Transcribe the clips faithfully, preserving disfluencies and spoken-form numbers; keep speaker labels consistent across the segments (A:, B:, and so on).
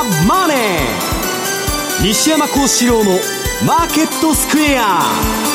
A: マネー」西山幸四郎のマーケットスクエア。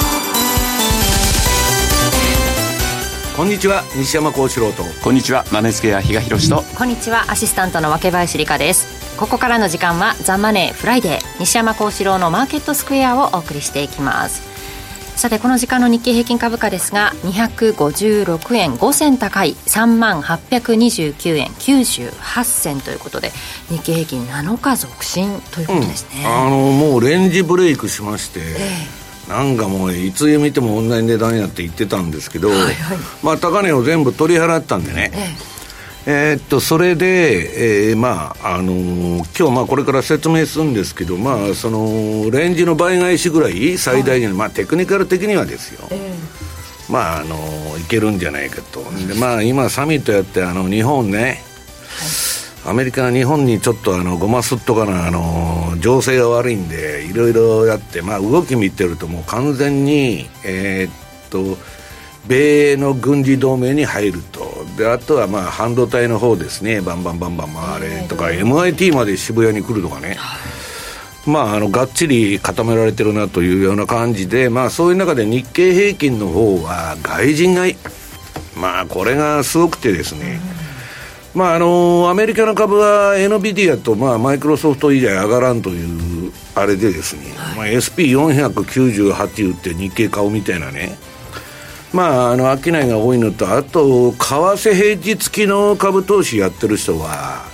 B: こんにちは、西山幸四郎と。
C: こんにちは、マネースクエア比嘉宏と。
D: こんにちは、アシスタントの若林理香です。ここからの時間はザ・マネーフライデー、西山幸四郎のマーケットスクエアをお送りしていきます。さて、この時間の日経平均株価ですが、にひゃくごじゅうろくえんごせん高い さんまんはっぴゃくにじゅうきゅうえんきゅうじゅうはちせんということで、日経平均なのか続伸ということですね、
B: うん、あのもうレンジブレイクしまして、えー、なんかもういつ見ても同じ値段やって言ってたんですけど、はいはい、まあ、高値を全部取り払ったんでね、えーえー、っとそれで、えー、まああのー、今日まあこれから説明するんですけど、まあそのレンジの倍返しぐらい最大限、はい、まあテクニカル的にはですよ、えー、まああのー、いけるんじゃないかと。で、まあ今サミットやってあの日本ね、はい、アメリカが日本にちょっとあのごますっとかなあの情勢が悪いんでいろいろやって、まあ動き見てるともう完全にえー、っと米の軍事同盟に入ると。で、あとはまあ半導体の方ですね、バンバンバンバン回れとか エムアイティー まで渋谷に来るとかね、まああのがっちり固められてるなというような感じで、まあそういう中で日経平均の方は外人買い、まあこれがすごくてですね、まああのアメリカの株は エヌビディア とまあマイクロソフト以外上がらんというあれでですね、まあ、エスピーよんひゃくきゅうじゅうはち 売って日経買うみたいなね、まあ、あの商いが多いのと、あと為替ヘッジ付きの株投資やってる人は、はい、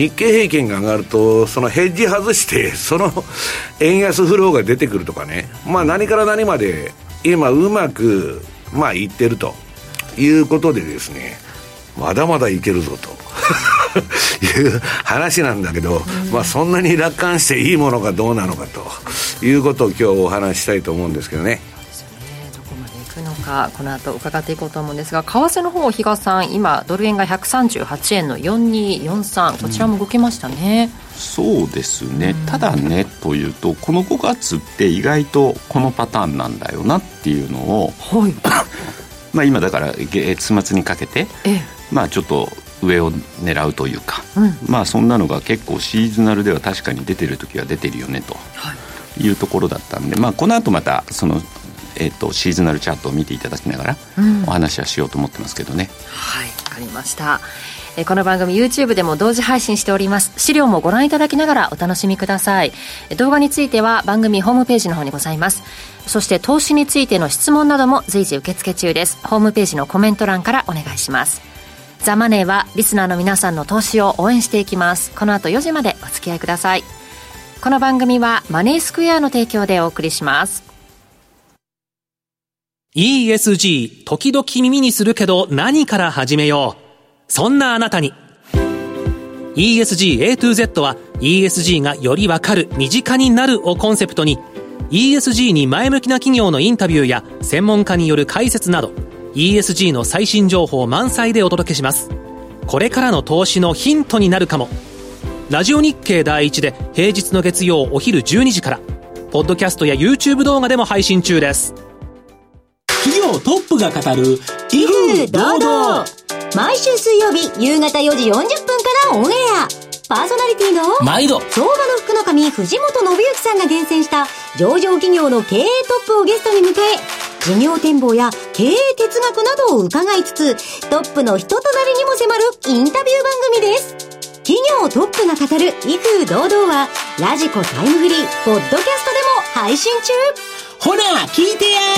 B: 日経平均が上がるとそのヘッジ外してその円安フローが出てくるとかね、まあ、何から何まで今うまく、まあ、いってるということでですね、まだまだいけるぞという話なんだけど、まあ、そんなに楽観していいものかどうなのかということを今日お話ししたいと思うんですけどね。
D: のかこの後伺っていこうと思うんですが、為替の方、比嘉さん、今ドル円がひゃくさんじゅうはちえんのよんにーよんさん、こちらも動きましたね、
C: うん、そうですね、ただねというと、このごがつって意外とこのパターンなんだよなっていうのを、はい、まあ今だから月末にかけて、ええ、まあちょっと上を狙うというか、うん、まあそんなのが結構シーズナルでは確かに出てる時は出てるよねというところだったんで、まあこの後またそのえー、とシーズナルチャートを見ていただきながらお話はしようと思ってますけどね、
D: うん、はい、わかりました。えー、この番組 YouTube でも同時配信しております。資料もご覧いただきながらお楽しみください。動画については番組ホームページの方にございます。そして投資についての質問なども随時受付中です。ホームページのコメント欄からお願いします。ザ・マネーはリスナーの皆さんの投資を応援していきます。この後よじまでお付き合いください。この番組はマネースクエアの提供でお送りします。
E: イーエスジー 時々耳にするけど何から始めよう、そんなあなたに イーエスジー エートゥーゼット は イーエスジー がよりわかる、身近になるをコンセプトに イーエスジー に前向きな企業のインタビューや専門家による解説など イーエスジー の最新情報満載でお届けします。これからの投資のヒントになるかも。ラジオ日経第一で平日の月曜お昼じゅうにじから、ポッドキャストや YouTube 動画でも配信中です。
F: 企業トップが語る威風堂々、
G: 毎週水曜日夕方よじよんじゅっぷんからオンエア。パーソナリティの
F: 毎度
G: 相場の福の神藤本信之さんが厳選した上場企業の経営トップをゲストに迎え、事業展望や経営哲学などを伺いつつ、トップの人となりにも迫るインタビュー番組です。企業トップが語る威風堂々はラジコタイムフリーポッドキャストでも配信中。
F: ほら聞いてや。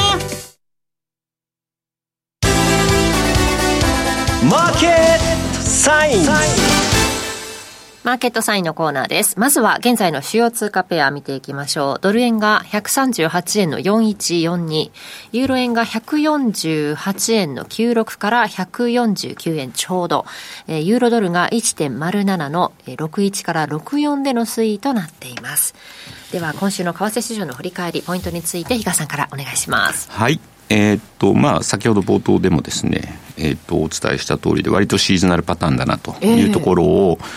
A: マーケットサイン。
D: マーケットサインのコーナーです。まずは現在の主要通貨ペア見ていきましょう。ドル円がひゃくさんじゅうはちえんのよんいちよんに、ユーロ円がひゃくよんじゅうはちえんのきゅうろくからひゃくよんじゅうきゅうえんちょうど、ユーロドルが いってんまるなな のろくじゅういちからろくじゅうよんでの推移となっています。では今週の為替市場の振り返り、ポイントについて比嘉さんからお願いします。
C: はい、えーっとまあ、先ほど冒頭でもですね、えーっとお伝えした通りで割とシーズナルパターンだなというところを、えー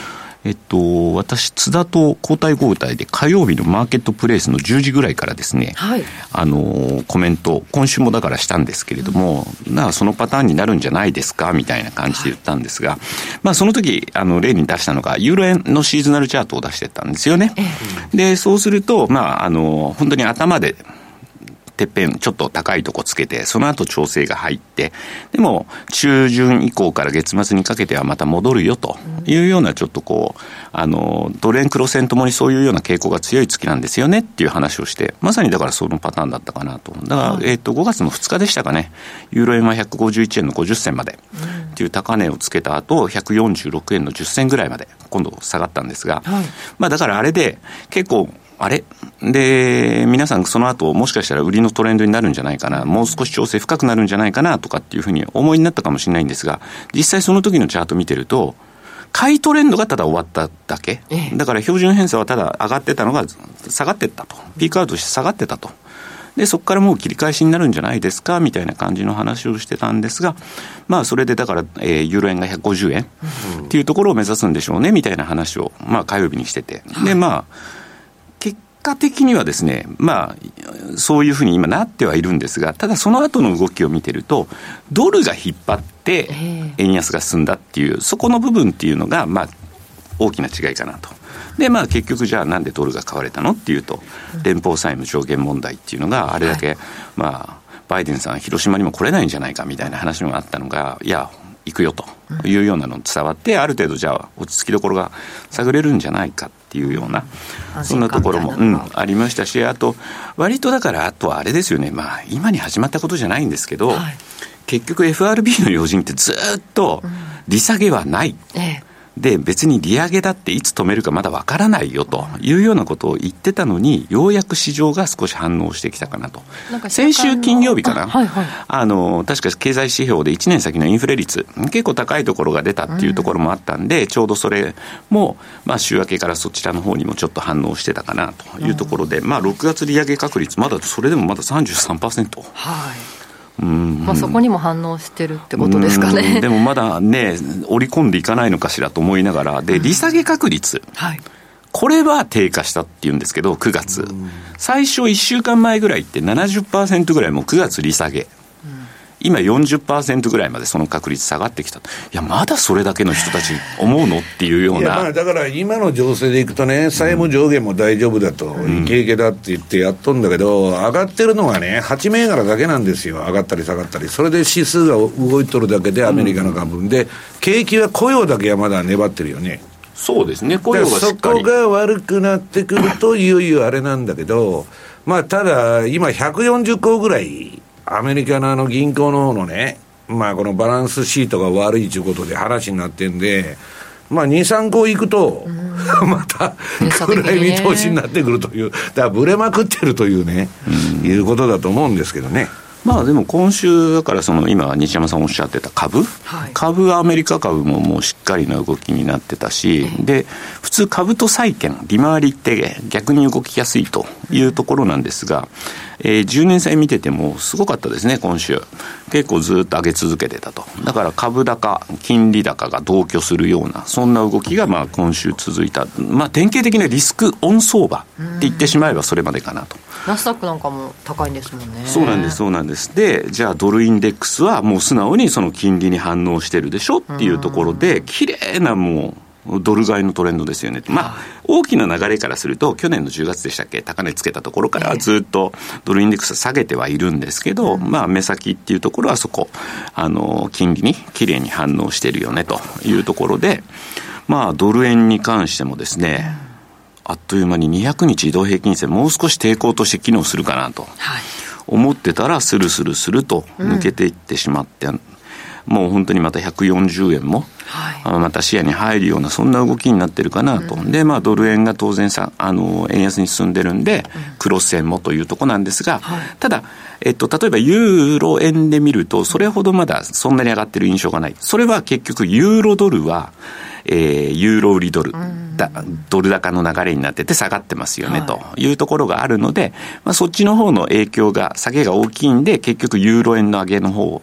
C: えっと、私、津田と交代交代で火曜日のマーケットプレイスのじゅうじぐらいからですね、はい、あの、コメント、今週もだからしたんですけれども、うん、なそのパターンになるんじゃないですか、みたいな感じで言ったんですが、はい、まあ、その時、あの、例に出したのが、ユーロ円のシーズナルチャートを出してたんですよね。ええ、で、そうすると、まあ、あの、本当に頭で、てっぺんちょっと高いとこつけて、その後調整が入って、でも中旬以降から月末にかけてはまた戻るよというような、ちょっとこうあのドル円クロス円ともにそういうような傾向が強い月なんですよねっていう話をして、まさにだからそのパターンだったかなと。だから、えっとごがつのふつかでしたかね、ユーロ円はひゃくごじゅういちえんのごじゅっせんまでっていう高値をつけた後、ひゃくよんじゅうろくえんのじゅっせんぐらいまで今度下がったんですが、はい、まあだからあれで結構あれで、皆さんその後もしかしたら売りのトレンドになるんじゃないかな、もう少し調整深くなるんじゃないかなとかっていうふうに思いになったかもしれないんですが、実際その時のチャート見てると、買いトレンドがただ終わっただけ。だから標準偏差はただ上がってたのが下がってったと。ピークアウトして下がってたと。で、そこからもう切り返しになるんじゃないですかみたいな感じの話をしてたんですが、まあそれでだから、えー、ユーロ円がひゃくごじゅうえんっていうところを目指すんでしょうねみたいな話を、まあ火曜日にしてて。で、まあ、結果的にはですね、まあ、そういうふうに今なってはいるんですが、ただその後の動きを見てると、ドルが引っ張って円安が進んだっていう、そこの部分っていうのが、まあ、大きな違いかなと。で、まあ結局じゃあなんでドルが買われたのっていうと、連邦債務上限問題っていうのがあれだけ、まあ、バイデンさん広島にも来れないんじゃないかみたいな話があったのが、いや、行くよというようなの伝わって、ある程度じゃあ落ち着きどころが探れるんじゃないかっていうような、そんなところも、うん、ありましたし、あと割とだからあとはあれですよね、まあ今に始まったことじゃないんですけど、はい、結局 エフアールビー の要人ってずっと利下げはない、うん、ええで別に利上げだっていつ止めるかまだわからないよというようなことを言ってたのに、ようやく市場が少し反応してきたかなと。先週金曜日かな、あ、はいはい、あの確か経済指標でいちねん先のインフレ率結構高いところが出たっていうところもあったんで、うん、ちょうどそれも、まあ、週明けからそちらの方にもちょっと反応してたかなというところで、うん、まあ、ろくがつ利上げ確率まだそれでもまだ さんじゅうさんパーセント、はい、うん
D: まあ、そこにも反応してるってことですかね。
C: でもまだね織り込んでいかないのかしらと思いながら、で利下げ確率、うん、はい、これは低下したっていうんですけど、くがつ、うん、最初いっしゅうかんまえぐらいって ななじゅっパーセント ぐらいもうくがつ利下げ、今 よんじゅっパーセント ぐらいまでその確率下がってきた。いやまだそれだけの人たち思うのっていうような。いやま
B: あだから今の情勢でいくとね、債務上限も大丈夫だと、うん、イケイケだって言ってやっとんだけど、上がってるのがねはち銘柄だけなんですよ。上がったり下がったり、それで指数が動いとるだけでアメリカの株分で、景気は雇用だけはまだ粘ってるよね。
C: そうですね、雇用がしっかり、
B: そこが悪くなってくるといよいよあれなんだけど、まあただ今ひゃくよんじゅっこぐらいアメリカのあの銀行の方のね、まあこのバランスシートが悪いということで話になってんで、まあに、さんこ行くと、また暗い見通しになってくるという、だからブレまくってるというね、いうことだと思うんですけどね。
C: まあでも今週だからその今西山さんおっしゃってた株、はい、株はアメリカ株ももうしっかりな動きになってたし、で普通株と債券利回りって逆に動きやすいというところなんですが、えー、じゅうねん債見ててもすごかったですね。今週結構ずっと上げ続けてたと。だから株高金利高が同居するようなそんな動きがまあ今週続いた、まあ典型的なリスクオン相場って言ってしまえばそれまでかなと。
D: ナスダックなんかも高いんですもんね。
C: そうなんですそうなんです。でじゃあドルインデックスはもう素直にその金利に反応してるでしょっていうところで、綺麗なもうドル買いのトレンドですよね。まあ大きな流れからすると去年のじゅうがつでしたっけ、高値つけたところからずっとドルインデックスは下げてはいるんですけど、まあ目先っていうところはそこあの金利に綺麗に反応してるよねというところで、まあドル円に関してもですね、あっという間ににひゃくにち移動平均線もう少し抵抗として機能するかなと思ってたら、スルスルスルと抜けていってしまって、うん、もう本当にまたひゃくよんじゅうえんも、はい、また視野に入るようなそんな動きになってるかなと、うん、でまあドル円が当然さあの円安に進んでるんで、うん、クロス円もというとこなんですが、はい、ただ、えっと、例えばユーロ円で見るとそれほどまだそんなに上がってる印象がない。それは結局ユーロドルはえー、ユーロ売りドルだドル高の流れになってて下がってますよね、はい、というところがあるので、まあ、そっちの方の影響が下げが大きいんで結局ユーロ円の上げの方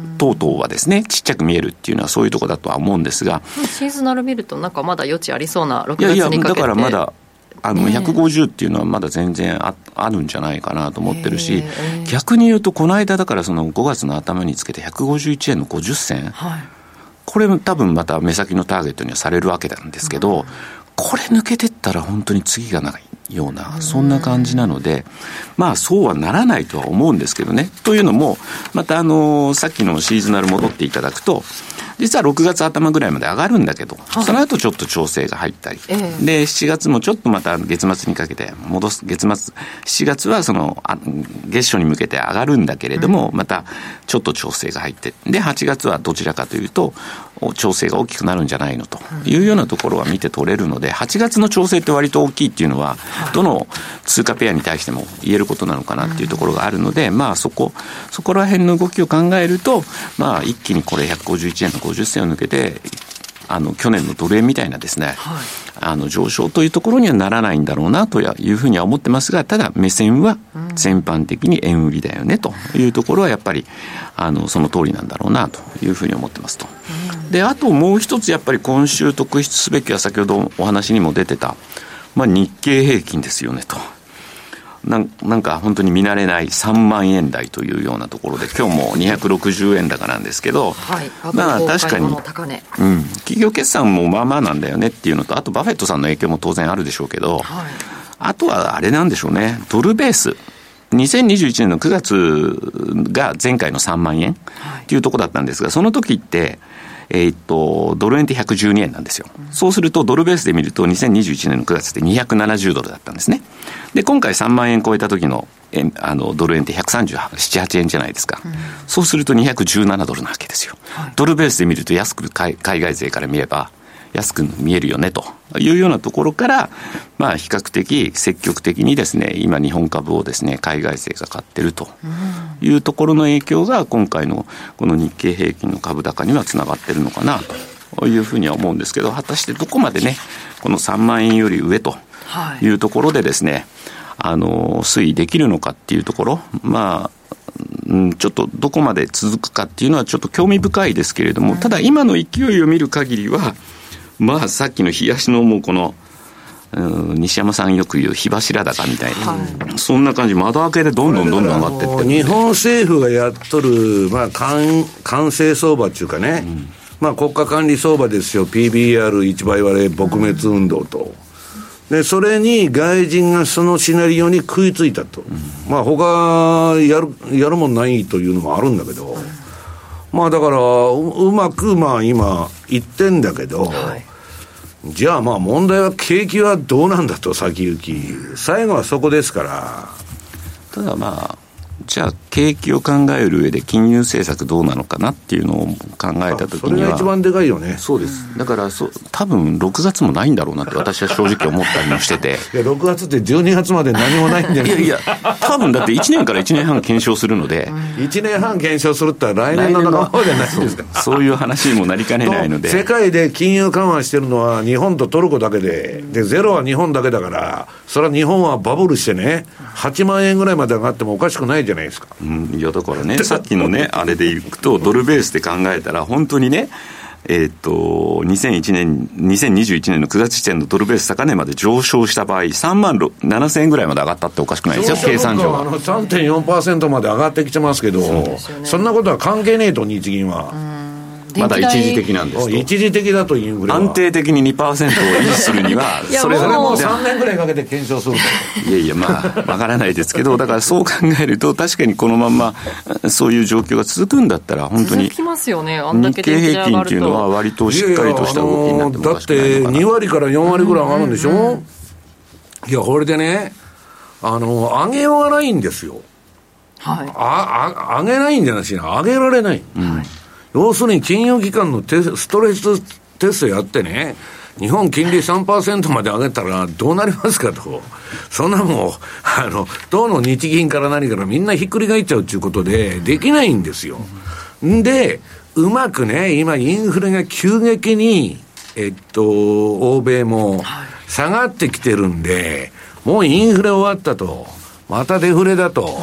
C: 等々はですねちっちゃく見えるっていうのはそういうところだとは思うんですが、
D: シーズナル見るとなんかまだ余地ありそうなろくがつにかけて。
C: いやいやだからまだあのひゃくごじゅうっていうのはまだ全然 あ, あるんじゃないかなと思ってるし、逆に言うとこの間だからそのごがつの頭につけてひゃくごじゅういちえんのごじゅっせん、はい、これ多分また目先のターゲットにはされるわけなんですけど、うん、これ抜けてったら本当に次がないようなそんな感じなので、まあそうはならないとは思うんですけどね。というのもまたあのさっきのシーズナル戻っていただくと実はろくがつ頭ぐらいまで上がるんだけど、はい、その後ちょっと調整が入ったり、えー、でしちがつもちょっとまた月末にかけて戻す、月末しちがつはそのあ月初に向けて上がるんだけれども、うん、またちょっと調整が入ってではちがつはどちらかというと調整が大きくなるんじゃないのというようなところは見て取れるので、はちがつの調整って割と大きいっていうのはどの通貨ペアに対しても言えることなのかなっていうところがあるので、まあそこそこら辺の動きを考えると、まあ一気にこれひゃくごじゅういちえんのごじゅっせんを抜けてあの去年のドル円みたいなですね、はい、あの上昇というところにはならないんだろうなというふうには思ってますが、ただ目線は全般的に円売りだよねというところはやっぱりあのその通りなんだろうなというふうに思ってますと。であともう一つやっぱり今週特筆すべきは先ほどお話にも出てた、まあ、日経平均ですよねと。な ん, なんか本当に見慣れないさんまんえん台というようなところで今日もにひゃくろくじゅうえん高なんですけど、はい、まあ確かに、うん、企業決算もまあまあなんだよねっていうのと、あとバフェットさんの影響も当然あるでしょうけど、はい、あとはあれなんでしょうね、ドルベースにせんにじゅういちねんのくがつが前回のさんまんえんっていうところだったんですが、その時ってえー、っとドル円ってひゃくじゅうにえんなんですよ、うん、そうするとドルベースで見るとにせんにじゅういちねんのくがつってにひゃくななじゅうドルだったんですね。で今回さんまんえん超えた時の円あのドル円ってひゃくさんじゅうなな、はちえんじゃないですか、うん、そうするとにひゃくじゅうななドルなわけですよ、はい、ドルベースで見ると安く海外勢から見れば安く見えるよねというようなところから、まあ比較的積極的にですね今日本株をですね海外勢が買ってるというところの影響が今回のこの日経平均の株高にはつながってるのかなというふうには思うんですけど、果たしてどこまでねこのさんまんえんより上というところでですね、あの推移できるのかっていうところ、まあうん、ちょっとどこまで続くかっていうのはちょっと興味深いですけれども、ただ今の勢いを見る限りはまあさっきの冷やしのもうこの西山さんよく言う火柱高みたいな、はい、そんな感じ、窓開けでどんどんどんどん上がっていって
B: 日本政府がやっとる、まあ、完, 完成相場っていうかね、うん、まあ、国家管理相場ですよ。 ピービーアールいち 倍割れ撲滅運動と、でそれに外人がそのシナリオに食いついたと、うん、まあ他やるやるもんないというのもあるんだけど、まあだから う, うまくまあ今言ってんだけど、はい、じゃあまあ問題は景気はどうなんだと、先行き最後はそこですから。
C: ただまあじゃあ景気を考える上で金融政策どうなのかなっていうのを考えたときにはそ
B: れが一番でかいよね。
C: そうです。だからそ多分ろくがつもないんだろうなって私は正直思ったりもしてて
B: いやろくがつってじゅうにがつまで何もないんじゃないいやいや
C: 多分だっていちねんからいちねんはん検証するので
B: いちねんはん検証するって来年の中の方じゃないですか。
C: そう、そういう話にもなりかねないので
B: 世界で金融緩和してるのは日本とトルコだけで、でゼロは日本だけだから、それは日本はバブルしてねはちまんえんぐらいまで上がってもおかしくないじゃないですか。
C: うん、いやだからねさっきのねあれでいくとドルベースで考えたら本当にねえー、っとにせんいちねんにせんにじゅういちねんのくがつ時点のドルベース高値まで上昇した場合さんまんななせんえんぐらいまで上がったっておかしくないですよ、計算上は。あの
B: さんてんよんパーセント まで上がってきてますけど、 そうですよね、そんなことは関係ねえと日銀は。
C: まだ一時的なんですと。
B: 一時的だとインフレは
C: 安定的に にパーセント を維持するには
B: それはもうさんねんぐらいかけて検証する
C: と。いやいやまあわからないですけど、だからそう考えると確かにこのままそういう状況が続くんだったら本当に日経平均っていうのは割としっかりとした動きになってもおかしくないのかな。
B: だってにわりからよんわりぐらい上がるんでしょ、うんうんうん、いやこれでねあの上げようがないんですよ、はい、ああ上げないんじゃなしに上げられない、うん、はい、要するに金融機関のテストレステストやってね、日本金利 さんパーセント まで上げたらどうなりますかと。そんなもうあのどの日銀から何からみんなひっくり返っちゃうということでできないんですよ。んでうまくね今インフレが急激にえっと欧米も下がってきてるんで、もうインフレ終わったとまたデフレだと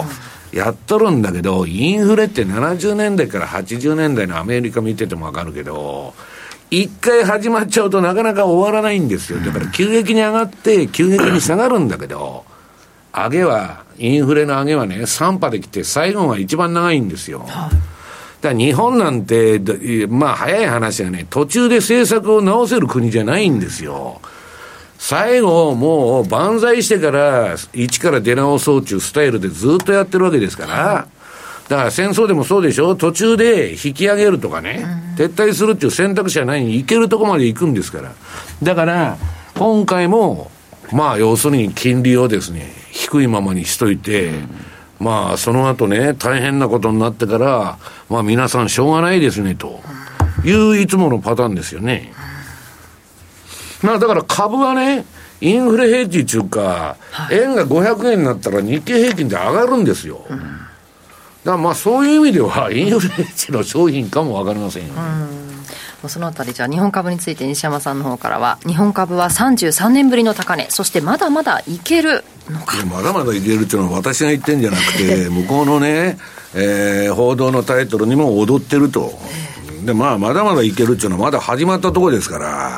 B: やっとるんだけど、インフレってななじゅうねんだいからはちじゅうねんだいのアメリカ見ててもわかるけど、一回始まっちゃうとなかなか終わらないんですよ。だから急激に上がって急激に下がるんだけど、上げはインフレの上げはねさん波で来て最後が一番長いんですよ。だから日本なんてまあ早い話はね、途中で政策を直せる国じゃないんですよ。最後もう万歳してから一から出直そうというスタイルでずっとやってるわけですから、だから戦争でもそうでしょ、途中で引き上げるとかね、撤退するっていう選択肢はないに行けるところまで行くんですから。だから今回もまあ要するに金利をですね低いままにしといて、まあその後ね大変なことになってからまあ皆さんしょうがないですねといういつものパターンですよね。まあだから株はね、インフレヘッジっていうか、はい、円がごひゃくえんになったら日経平均で上がるんですよ、うん、だからまあそういう意味ではインフレヘッジの商品かもわかりませんよね。
D: うん、そのあたりじゃあ日本株について西山さんの方からは、日本株はさんじゅうさんねんぶりの高値、そしてまだまだいけるのか。
B: まだまだいけるっていうのは私が言ってんじゃなくて向こうのね、えー、報道のタイトルにも踊ってると。でまあまだまだいけるっていうのはまだ始まったところですから、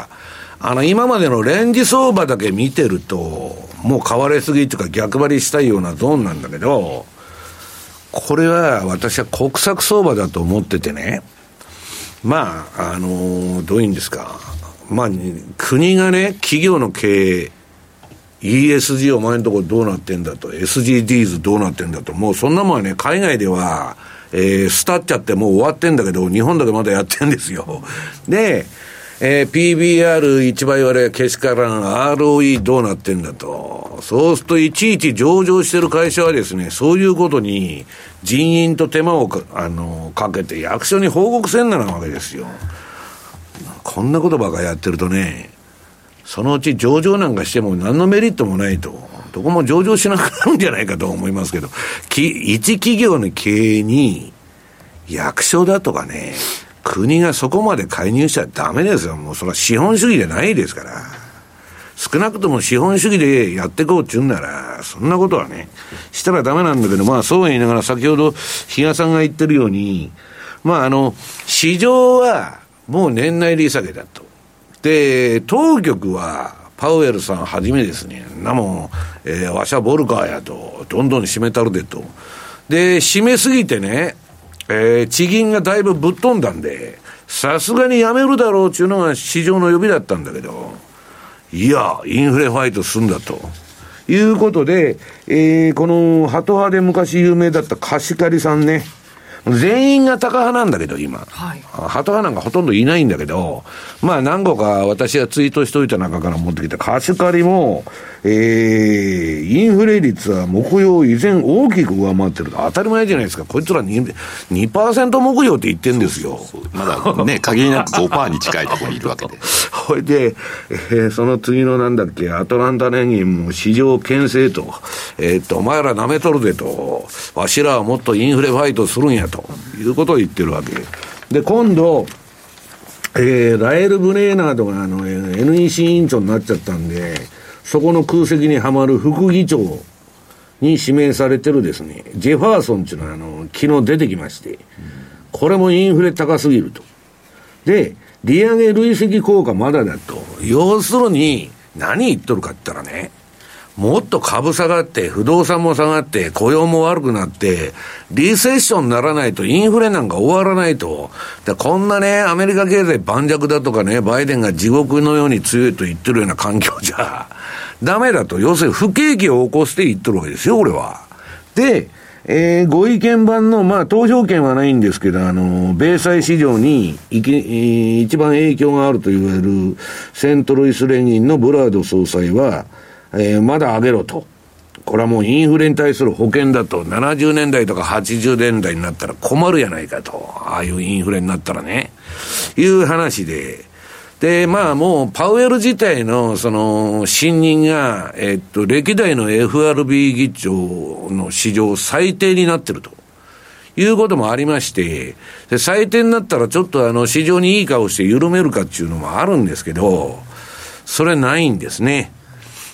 B: あの今までのレンジ相場だけ見てるともう買われすぎというか逆張りしたいようなゾーンなんだけど、これは私は国策相場だと思っててね、まああのどういうんですか、まあ国がね企業の経営 イーエスジー お前のところどうなってんだと、 エスジーディーズ どうなってんだと、もうそんなもんはね海外では、えー、スタっちゃってもう終わってんだけど日本だけまだやってんですよ。でえー、ピービーアールいち 倍割れけしからん アールオーイー どうなってんだと。そうするといちいち上場してる会社はですね、そういうことに人員と手間をか、あのかけて役所に報告せんならわけですよ。こんなことばかやってるとね、そのうち上場なんかしても何のメリットもないと、どこも上場しなくなるんじゃないかと思いますけど、き一企業の経営に役所だとかね、国がそこまで介入しちゃダメですよ。もうそれは資本主義じゃないですから。少なくとも資本主義でやっていこうって言うんなら、そんなことはねしたらダメなんだけど、まあそう言いながら先ほど比嘉さんが言ってるように、まああの市場はもう年内利下げだと。で当局はパウエルさんはじめですね、なもん、えー、わしゃボルカーやと、どんどん締めたるでと。で締めすぎてね、えー、地銀がだいぶぶっ飛んだんで、さすがにやめるだろうっていうのが市場の呼びだったんだけど、いやインフレファイトするんだということで、えー、このハト派で昔有名だった貸し借りさんね、全員がタカ派なんだけど今、はい、ハト派なんかほとんどいないんだけど、まあ何個か私がツイートしといた中から持ってきた貸し借りも、えー、インフレ率は木曜以前大きく上回ってると。当たり前じゃないですか。こいつら にパーセント 木曜って言ってんですよ。
C: そうそうそう、まだね限りなく ごパーセント に近いところにいるわけで
B: ほいで、えー、その次のなんだっけ、アトランタ連銀も市場牽制と、えー、っとお前ら舐めとるでと、わしらはもっとインフレファイトするんやということを言ってるわけで、今度、えー、ラエル・ブレーナーとかあの エヌイーシー 委員長になっちゃったんで、そこの空席にはまる副議長に指名されてるですねジェファーソンっていうのはあの昨日出てきまして、これもインフレ高すぎると。で利上げ累積効果まだだと。要するに何言っとるかって言ったらね、もっと株下がって不動産も下がって雇用も悪くなってリセッションにならないとインフレなんか終わらないと。でこんなねアメリカ経済盤石だとかね、バイデンが地獄のように強いと言ってるような環境じゃダメだと。要するに不景気を起こして言ってるわけですよこれは。で、えー、ご意見番のまあ投票権はないんですけど、あの米債市場にいき、えー、一番影響があるといわれるセントルイス連銀のブラード総裁は、えー、まだ上げろと。これはもうインフレに対する保険だと。ななじゅうねんだいとかはちじゅうねんだいになったら困るやないかと。ああいうインフレになったらね。いう話で。で、まあもうパウエル自体のその信任が、えっと、歴代の エフアールビー 議長の史上最低になってると。いうこともありまして、で最低になったらちょっとあの市場にいい顔して緩めるかっていうのもあるんですけど、それないんですね。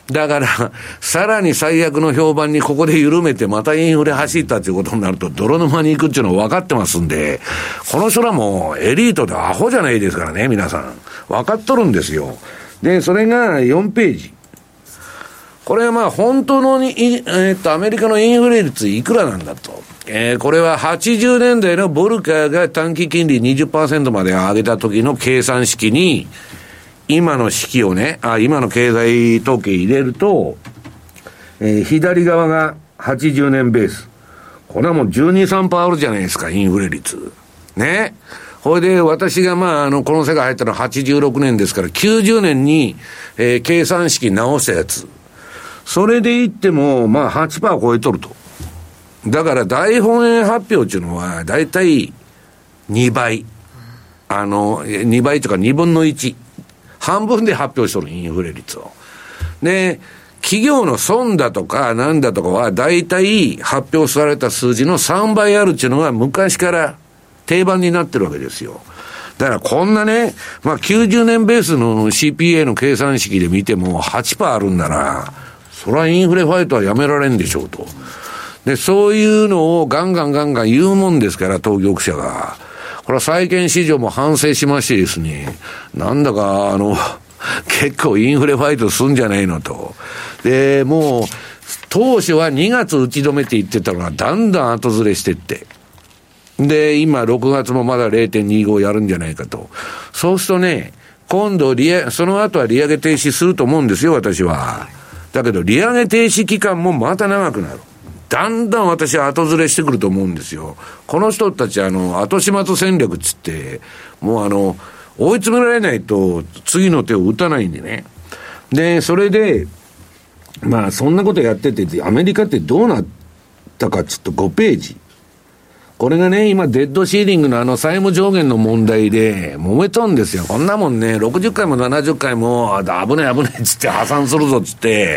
B: だから、さらに最悪の評判にここで緩めてまたインフレ走ったということになると泥沼に行くっていうのは分かってますんで、この人らもエリートでアホじゃないですからね、皆さん。分かっとるんですよ。で、それがよんページ。これはまあ本当のに、えー、っと、アメリカのインフレ率いくらなんだと。えー、これははちじゅうねんだいのボルカーが短期金利 にじゅっパーセント まで上げた時の計算式に、今の式をね、あ、今の経済統計入れると、えー、左側がはちじゅうねんベース。これはもうじゅうに、さんパーセント あるじゃないですか、インフレ率。ね。これで私がまあ、あの、この世界入ったのははちじゅうろくねんですから、きゅうじゅうねんに、えー、計算式直したやつ。それで言っても、まあ はちパーセント 超えとると。だから大本営発表っていうのは、だいたいにばい。あの、にばいとかにぶんのいち。半分で発表しとる、インフレ率を。で、企業の損だとかなんだとかは大体発表された数字のさんばいあるっていうのが昔から定番になってるわけですよ。だからこんなね、まあきゅうじゅうねんベースの シーピーエー の計算式で見ても はちパーセント あるんなら、それはインフレファイトはやめられんでしょうと。で、そういうのをガンガンガンガン言うもんですから、当局者が。これは債券市場も反省しましてですね、なんだか、あの、結構インフレファイトすんじゃないのと。で、もう、当初はにがつ打ち止めって言ってたのが、だんだん後ずれしてって。で、今、ろくがつもまだ れいてんにご やるんじゃないかと。そうするとね、今度利上げ、その後は利上げ停止すると思うんですよ、私は。だけど、利上げ停止期間もまた長くなる。だんだん私は後ずれしてくると思うんですよ。この人たちあの後始末戦略つってもうあの追い詰められないと次の手を打たないんでね。でそれでまあそんなことやっててアメリカってどうなったかちょっとごページ。これがね、今、デッドシーリングのあの債務上限の問題で揉めとんですよ。こんなもんね、ろくじゅっかいもななじゅっかいも、危ない危ないっつって破産するぞっつって、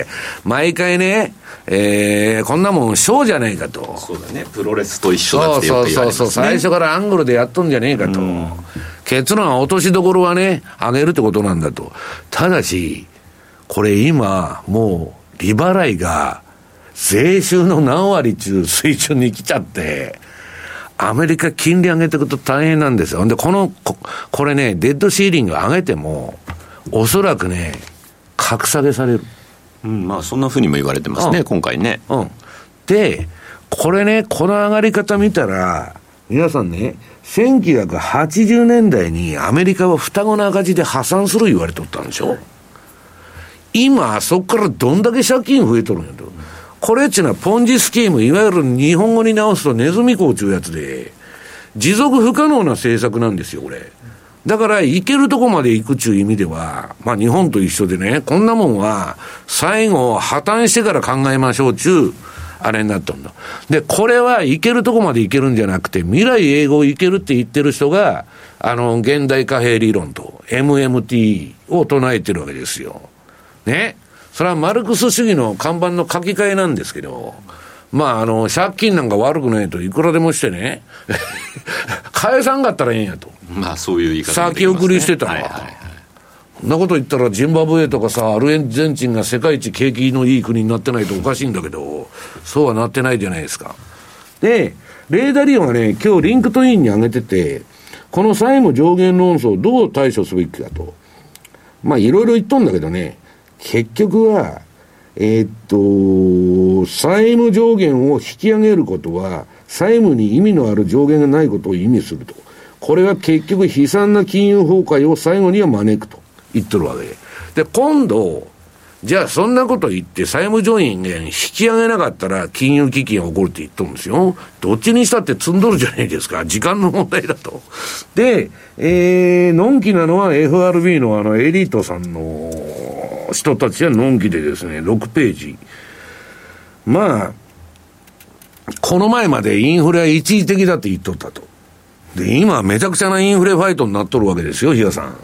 B: 毎回ね、えー、こんなもん、ショーじゃねえかと。
C: そうだね、プロレスと一緒だってよく言われますね。そうそうそう、最初からアングルでやっとんじゃねえかと。うん、結論は落としどころはね、上げるってことなんだと。ただし、これ今、もう、利払いが、税収の何割中水準に来ちゃって、アメリカ金利上げていくと大変なんですよ。で、この、こ、これね、デッドシーリング上げても、おそらくね、格下げされる。 うん、まあそんな風にも言われてますね、うん、今回ね。
B: うん。で、これね、この上がり方見たら、皆さんね、せんきゅうひゃくはちじゅうねんだいにアメリカは双子の赤字で破産する言われとったんでしょ。今、そこからどんだけ借金増えとるんやと。これっていうのはポンジスキーム、いわゆる日本語に直すとネズミ講というやつで、持続不可能な政策なんですよ、これ。だから、行けるとこまで行くっていう意味では、まあ日本と一緒でね、こんなもんは、最後破綻してから考えましょうっていう、あれになったんだ。で、これは行けるとこまで行けるんじゃなくて、未来永劫行けるって言ってる人が、あの、現代貨幣理論と エムエムティー を唱えてるわけですよ。ね。それはマルクス主義の看板の書き換えなんですけど、まあ、あの、借金なんか悪くないといくらでもしてね、返さんかったらええんやと。
C: まあ、そういう言い方もできますね。
B: 先送りしてたのは。
C: はいはいはい、
B: そんなこと言ったら、ジンバブエとかさ、アルゼンチンが世界一景気のいい国になってないとおかしいんだけど、そうはなってないじゃないですか。で、レーダーリオがね、今日リンクトインに上げてて、この債務上限論争をどう対処すべきかと。まあ、いろいろ言っとんだけどね、結局は、えー、っと、債務上限を引き上げることは、債務に意味のある上限がないことを意味すると。これは結局悲惨な金融崩壊を最後には招くと言ってるわけで。で、今度、じゃあそんなこと言って債務上限引き上げなかったら金融危機が起こるって言っとるんですよ。どっちにしたって積んどるじゃないですか。時間の問題だと。で、えー、のんきなのは エフアールビー のあのエリートさんの人たちはのんきでですね、ろくページ。まあ、この前までインフレは一時的だって言っとったと。で、今めちゃくちゃなインフレファイトになっとるわけですよ、比嘉さん。うん、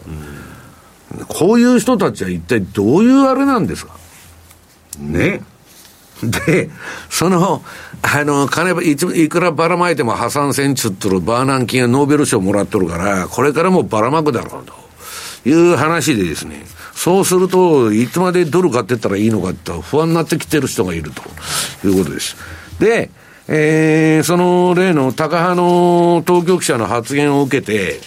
B: こういう人たちは一体どういうあれなんですかね。で、その、あの、金いつ、いくらばらまいても破産せんちゅっとるバーナンキンがノーベル賞もらっとるから、これからもばらまくだろうという話でですね、 そうすると、いつまでドル買ってったらいいのかって不安になってきてる人がいるということです。で、えー、その例のタカ派の当局者の発言を受けて、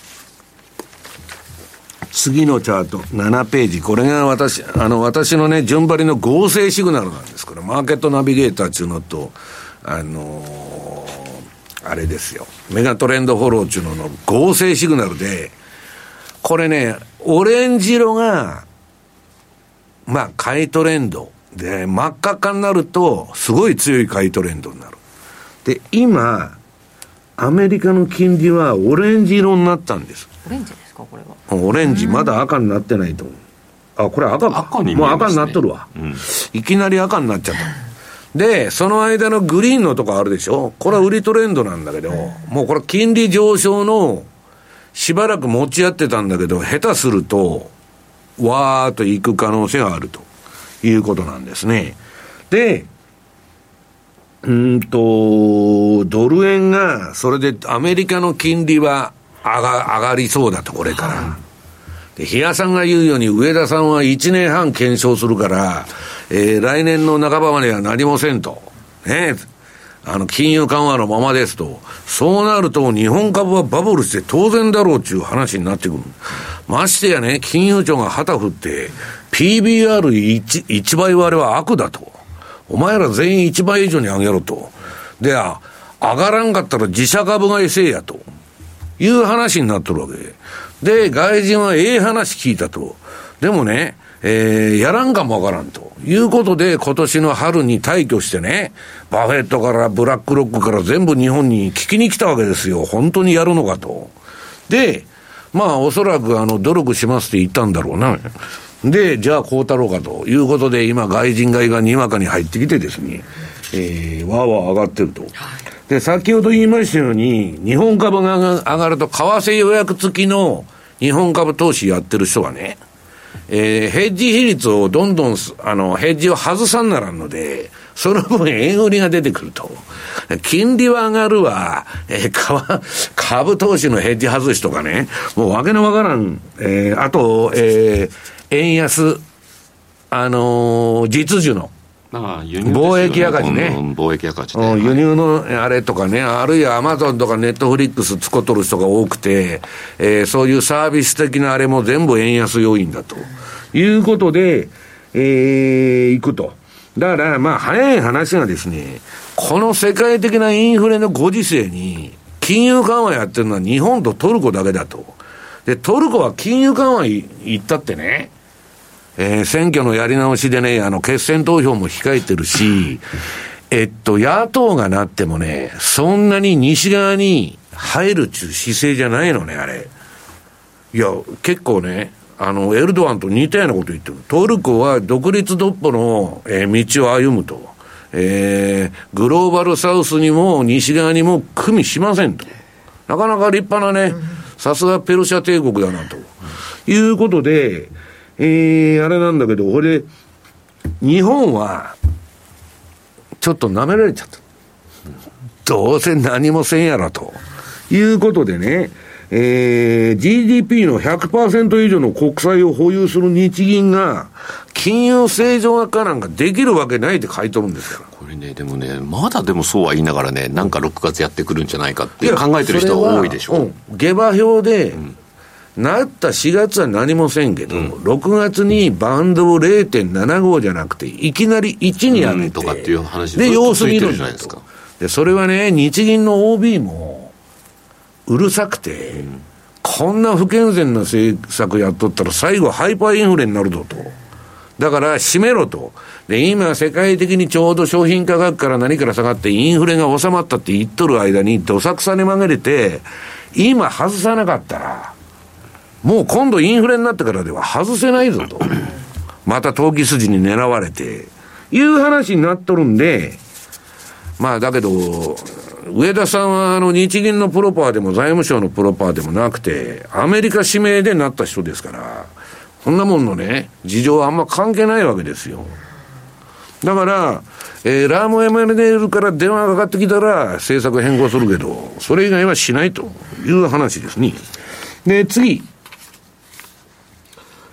B: 次のチャート、ななページ、これが私、あの、私のね、順張りの合成シグナルなんですから、マーケットナビゲーターっていうのと、あのー、あれですよ、メガトレンドフォローっていうのの合成シグナルで、これね、オレンジ色が、まあ、買いトレンド。で、真っ赤っかになると、すごい強い買いトレンドになる。で、今、アメリカの金利はオレンジ色になったんです。
D: オレンジですか、これは。
B: オレンジ、まだ赤になってないと思う。あ、これ赤か。
C: 赤に見えますね。
B: もう赤になっとるわ。うん、いきなり赤になっちゃった。で、その間のグリーンのとこあるでしょ。これは売りトレンドなんだけど、もうこれ金利上昇の、しばらく持ち合ってたんだけど、下手すると、わーっと行く可能性があるということなんですね。で、うんと、ドル円が、それでアメリカの金利は上が、上がりそうだと、これから。で、比嘉さんが言うように、上田さんはいちねんはん検証するから、えー、来年の半ばまでは何もせんと。ね。あの、金融緩和のままですと。そうなると、日本株はバブルして当然だろうっていう話になってくる。ましてやね、金融庁が旗振って、ピービーアールいち、いちばい割れは悪だと。お前ら全員いちばい以上に上げろと。で、上がらんかったら自社株買いせえやと。いう話になってるわけで。で、外人はええ話聞いたと。でもね、えー、やらんかもわからんということで、今年の春に退去してね、バフェットからブラックロックから全部日本に聞きに来たわけですよ。本当にやるのかと。で、まあおそらくあの努力しますって言ったんだろうな。で、じゃあこうたろうかということで、今外人買いがにわかに入ってきてですね、えー、わーわー上がってると。で、先ほど言いましたように、日本株が上がると、為替予約付きの日本株投資やってる人はね、えー、ヘッジ比率をどんどん、あの、ヘッジを外さんならんので、その分円売りが出てくると。金利は上がるわ、えー、株投資のヘッジ外しとかね、もうわけのわからん、えー、あと、えー、円安、あのー、実需の、
C: まあ、輸入
B: 貿易赤字ね。
C: 貿易赤字
B: ね。輸入のあれとかね、あるいはアマゾンとかネットフリックス使っとる人が多くて、えー、そういうサービス的なあれも全部円安要因だということで、えー、いくと。だから、まあ、早い話がですね、この世界的なインフレのご時世に、金融緩和やってるのは日本とトルコだけだと。で、トルコは金融緩和行ったってね、えー、選挙のやり直しでね、あの、決選投票も控えてるし、えっと、野党がなってもね、そんなに西側に入るっていう姿勢じゃないのね、あれ。いや、結構ね、あの、エルドアンと似たようなこと言ってる。トルコは独立独歩の、えー、道を歩むと。えー、グローバルサウスにも西側にも組みしませんと。なかなか立派なね、さすがペルシャ帝国だなと。いうことで、えー、あれなんだけど、これで、日本は、ちょっと舐められちゃった。どうせ何もせんやろと。いうことでね、えー、ジーディーピー の ひゃくパーセント 以上の国債を保有する日銀が、金融正常化なんかできるわけないって書いとるんですから。
C: これね、でもね、まだでもそうは言いながらね、なんかろくがつやってくるんじゃないかって考えてる人が多いでしょう。うん、
B: 下馬評で、うんなったしがつは何もせんけど、うん、ろくがつにバンドを ゼロてんななご じゃなくて、いきなりいちに上げて、うん、
C: とかっていう話
B: で、様子見るんだと。で、それはね、日銀の オービー も、うるさくて、うん、こんな不健全な政策やっとったら最後ハイパーインフレになるぞと。だから、締めろと。で、今世界的にちょうど商品価格から何から下がってインフレが収まったって言っとる間に、どさくさに曲げれて、今外さなかったら、もう今度インフレになってからでは外せないぞと。また投機筋に狙われて、いう話になっとるんで、まあだけど、上田さんはあの日銀のプロパーでも財務省のプロパーでもなくて、アメリカ指名でなった人ですから、こんなもんのね、事情はあんま関係ないわけですよ。だから、えー、ラーム エムエヌエル から電話がかかってきたら政策変更するけど、それ以外はしないという話ですね。で、次。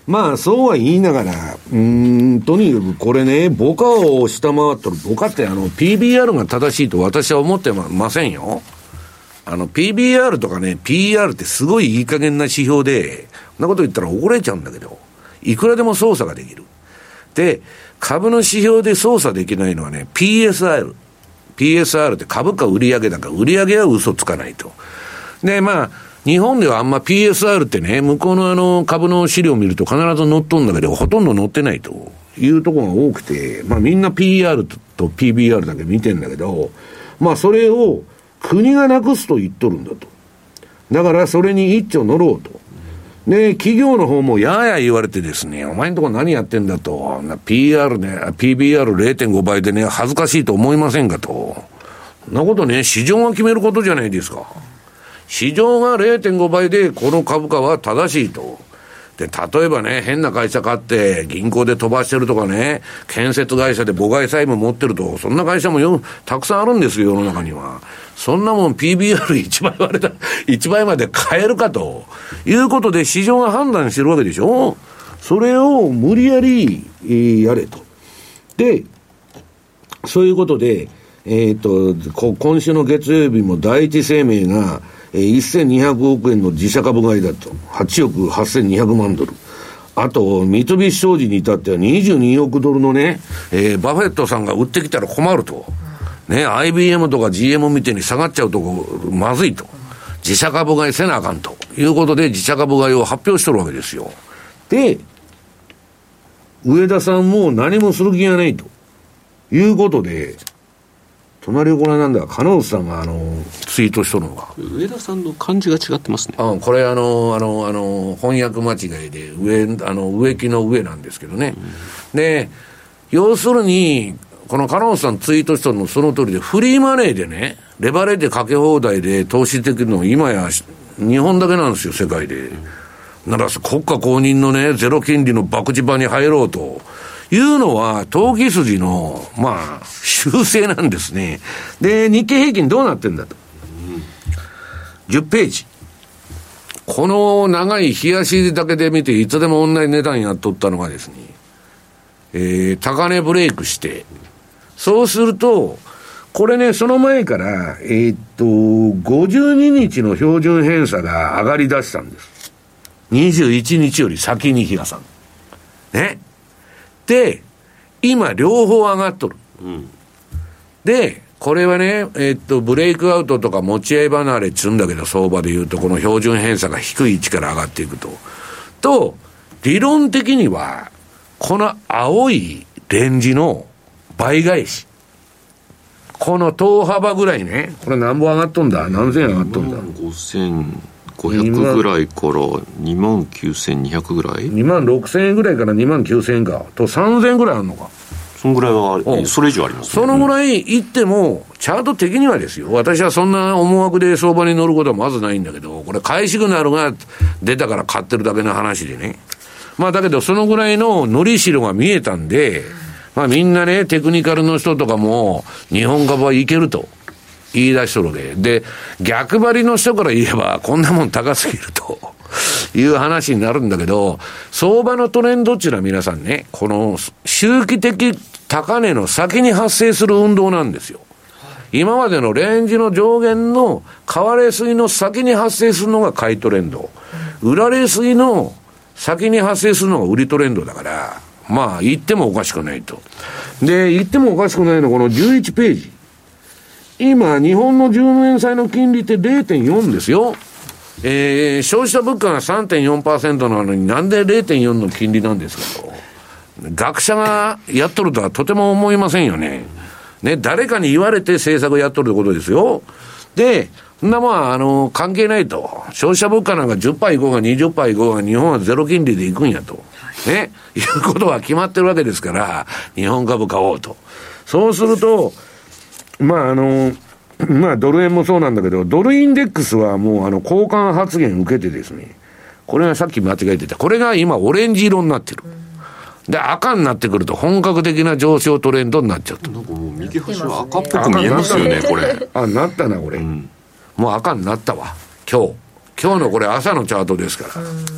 B: まあそうは言いながら、うーん、とにかくこれね、ボカを下回ったら、ボカってあの ピービーアール が正しいと私は思ってませんよ。あの ピービーアール とかね、ピーイーアール ってすごいいい加減な指標で、そんなこと言ったら怒られちゃうんだけど、いくらでも操作ができる。で、株の指標で操作できないのはね、ピーエスアール。ピーエスアール って株価売上高、売上は嘘つかないと。で、まあ、日本ではあんま ピーエスアール ってね、向こうのあの株の資料を見ると必ず載っとんだけど、ほとんど載ってないというところが多くて、まあみんな ピーイーアール と ピービーアール だけ見てんだけど、まあそれを国がなくすと言っとるんだと。だからそれに一丁乗ろうと。で、企業の方もやーやー言われてですね、お前んとこ何やってんだと、ピーイーアール ね、ピービーアールれいてんご 倍でね、恥ずかしいと思いませんかと。そんなことね、市場が決めることじゃないですか。市場が れいてんご 倍でこの株価は正しいと。で、例えばね、変な会社買って銀行で飛ばしてるとかね、建設会社で母外債務持ってると、そんな会社もよたくさんあるんですよ、世の中には。そんなもん ピービーアールいち 倍割れた、いちばいまで買えるかということで市場が判断してるわけでしょ。それを無理やり、えー、やれと。で、そういうことで、えー、っと、今週の月曜日も第一生命が、えー、せんにひゃくおくえんの自社株買いだと。はちおくはっせんにひゃくまんドル。あと、三菱商事に至ってはにじゅうにおくドルのね、えー、バフェットさんが売ってきたら困ると。ね、アイビーエム とか ジーエム みたいに下がっちゃうとまずいと。自社株買いせなあかんということで自社株買いを発表してるわけですよ。で、上田さんも何もする気がないということで、隣をご覧なんだ、金内さんがあのツイートしとるのが
C: 上田さんの漢字が違ってますね。
B: あ、これあのあのあの翻訳間違いで上あの植木の上なんですけどね、うん、で要するにこの金内さんツイートしとるのその通りで、フリーマネーでね、レバレッジかけ放題で投資できるの今や日本だけなんですよ、世界で、うん、なら国家公認のねゼロ金利の博打場に入ろうというのは投機筋のまあ修正なんですね。で、日経平均どうなってんだと、うん、じゅっページ、この長い日足だけで見ていつでも同じ値段やっとったのがですね、えー、高値ブレイクして、そうするとこれね、その前からえー、っとごじゅうににちの標準偏差が上がり出したんです。にじゅういちにちより先に日がさんね。で、今両方上がっとる、うん、でこれはね、えー、っとブレイクアウトとか持ち合い離れっつうんだけど、相場でいうとこの標準偏差が低い位置から上がっていくとと、理論的にはこの青いレンジの倍返し、この等幅ぐらいね、これ何本上がっとんだ、何千上がっとんだ、
C: ごせんごひゃくぐらいからにまんきゅうせんにひゃくぐらい、
B: にまんろくせんえんぐらいからにまんきゅうせんえんかとさんぜんえんぐらいあるのか、
C: そのぐらいは、それ以上ありますね。
B: そのぐらいいっても、チャート的にはですよ、私はそんな思惑で相場に乗ることはまずないんだけど、これ買いシグナルが出たから買ってるだけの話でね。まあだけどそのぐらいの乗り代が見えたんで、まあみんなね、テクニカルの人とかも日本株はいけると言い出しとるわけで、逆張りの人から言えばこんなもん高すぎるという話になるんだけど、相場のトレンドっていうのは皆さんね、この周期的高値の先に発生する運動なんですよ。今までのレンジの上限の買われ推の先に発生するのが買いトレンド、売られ推の先に発生するのが売りトレンドだから、まあ言ってもおかしくないと。で、言ってもおかしくないのはこのじゅういちページ。今日本のじゅうねん債の金利って れいてんよん ですよ。えー、消費者物価が さんてんよんパーセント なのになんで れいてんよん の金利なんですかと。学者がやっとるとはとても思いませんよね。ね、誰かに言われて政策をやっとるってことですよ。で、そんなまあ、あの、関係ないと。消費者物価なんか じゅっパーセント いこうが にじゅっパーセント いこうが日本はゼロ金利でいくんやと。ね、いうことは決まってるわけですから、日本株買おうと。そうすると、まああの、まあドル円もそうなんだけど、ドルインデックスはもうあの交換発言受けてですね、これがさっき間違えてた。これが今オレンジ色になってる。で、赤になってくると本格的な上昇トレンドになっちゃうと。
C: なんかもう右端は赤っぽく見えますよね、これ。
B: あ、なったな、これ、うん。もう赤になったわ。今日。今日のこれ朝のチャートですから。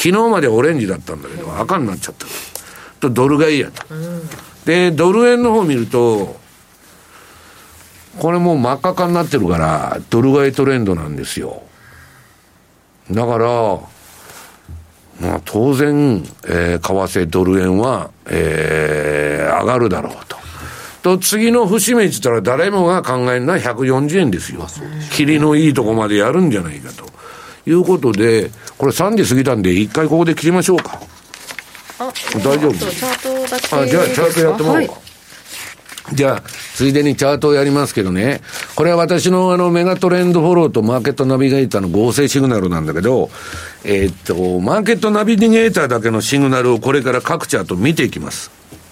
B: 昨日までオレンジだったんだけど赤になっちゃったとドル買いやと、うん、でドル円の方見るとこれもう真っ赤っかになってるからドル買いトレンドなんですよ。だからまあ当然、えー、為替ドル円は、えー、上がるだろうとと次の節目って言ったら誰もが考えるのはひゃくよんじゅうえんですよ。霧のいいとこまでやるんじゃないかということで、これさんじ過ぎたんで一回ここで切りましょうか。
D: あ、
B: 大丈夫？
D: チャートだけ。
B: あ、じゃあチャートやってもらおうか。はい、じゃあついでにチャートをやりますけどね、これは私のあのメガトレンドフォローとマーケットナビゲーターの合成シグナルなんだけど、えー、っとマーケットナビゲーターだけのシグナルをこれから各チャート見ていきます。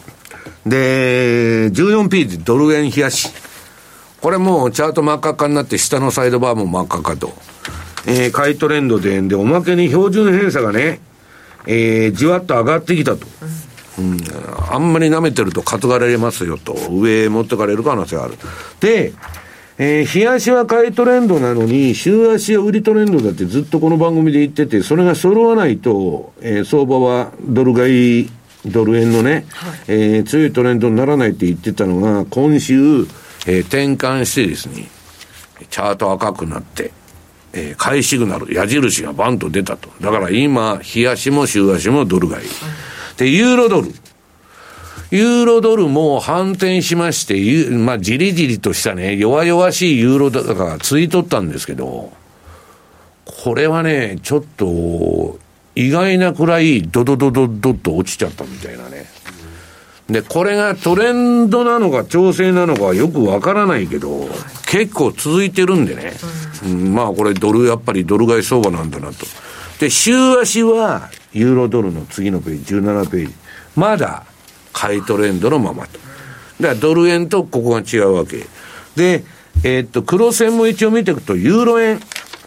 B: で じゅうよんピー でドル円冷やし、これもうチャート真っ赤っかになって下のサイドバーも真っ赤っかと、えー、買いトレンドで円でおまけに標準偏差がね、えー、じわっと上がってきたと、うん、あんまり舐めてると担がれますよと、上へ持ってかれる可能性がある。で、えー、日足は買いトレンドなのに週足は売りトレンドだってずっとこの番組で言ってて、それが揃わないと、えー、相場はドル買いドル円のね、はい、えー、強いトレンドにならないって言ってたのが今週、えー、転換してですね、チャート赤くなって、えー、買いシグナル矢印がバンと出たと。だから今日足も週足もドル買い、はい、でユーロドルユーロドルも反転しまして、まあじりじりとしたね弱々しいユーロドルがついとったんですけど、これはねちょっと意外なくらいドドドドドッと落ちちゃったみたいなね。でこれがトレンドなのか調整なのかよくわからないけど結構続いてるんでね、うん、まあこれドルやっぱりドル買い相場なんだなと。で週足はユーロドルの次のページじゅうななページまだ買いトレンドのままと。だからドル円とここが違うわけで、えー、っと黒線も一応見ていくとユーロ円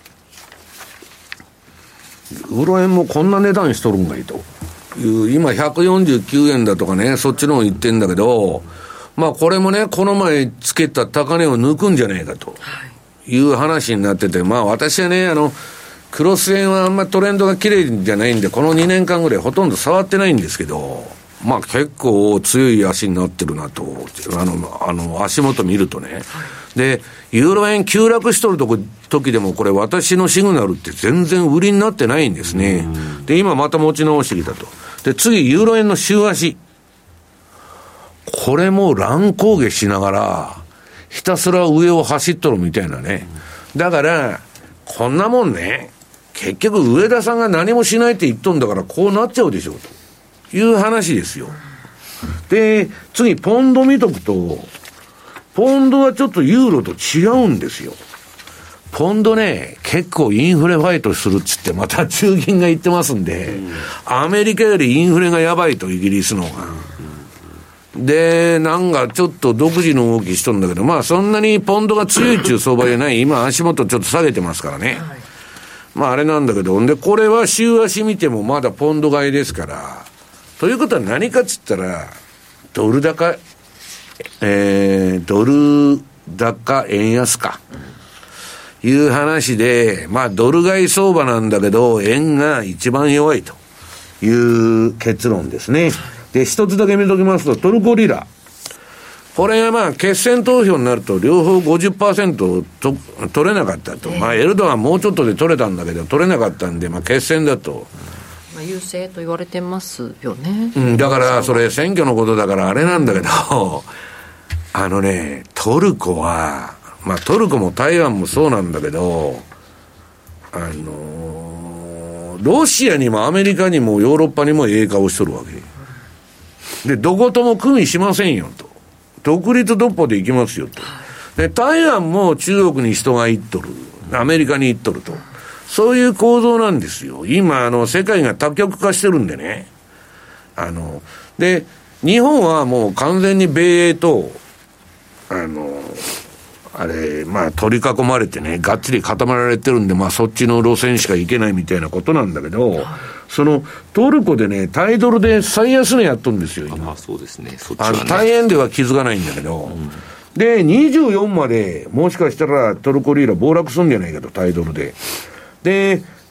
B: ユーロ円もこんな値段しとるんがいいという今ひゃくよんじゅうきゅうえんだとかね、そっちの方言ってんだけど、まあこれもねこの前つけた高値を抜くんじゃねえかという話になってて、まあ私はねあのクロス円はあんまトレンドが綺麗じゃないんでこのにねんかんぐらいほとんど触ってないんですけど、まあ結構強い足になってるなと、あのあの足元見るとね。でユーロ円急落しとるとこ時でもこれ私のシグナルって全然売りになってないんですね。で今また持ち直してきたと。で次ユーロ円の週足、これも乱高下しながらひたすら上を走っとるみたいなね。だからこんなもんね結局上田さんが何もしないって言っとんだからこうなっちゃうでしょうという話ですよ。で次ポンド見とくと、ポンドはちょっとユーロと違うんですよ。ポンドね結構インフレファイトするっつってまた中銀が言ってますんで、うん、アメリカよりインフレがやばいとイギリスのが、うん、でなんかちょっと独自の動きしとるんだけど、まあそんなにポンドが強いっていう相場じゃない今足元ちょっと下げてますからね、はい、まああれなんだけど、でこれは週足見てもまだポンド買いですから、ということは何かっつったらドル高、えー、ドル高円安かいう話で、まあドル買い相場なんだけど円が一番弱いという結論ですね。で一つだけ見ときますとトルコリラ、これがまあ決選投票になると両方 ごじゅっパーセント と取れなかったと、まあエルドアンもうちょっとで取れたんだけど取れなかったんで、まあ決選だと
D: まあ、優勢と言われてますよね、
B: うん、だからそれ選挙のことだからあれなんだけどあのねトルコはまあトルコも台湾もそうなんだけど、あのー、ロシアにもアメリカにもヨーロッパにもええ顔しとるわけで、どことも組みしませんよと、独立独歩で行きますよと。で台湾も中国に人が行っとる、アメリカに行っとると、そういう構造なんですよ。今あの世界が多極化してるんでね。あので日本はもう完全に米英とあのあれまあ取り囲まれてねがっちり固まられてるんで、まあそっちの路線しか行けないみたいなことなんだけど、そのトルコでねタイドルで最安値やっとるんですよ今。
C: あ、まあ、そうですね。そっちはね、
B: あの大円では気づかないんだけど、うん、でにじゅうよんまでもしかしたらトルコリーラ暴落するんじゃないかとタイドルで。で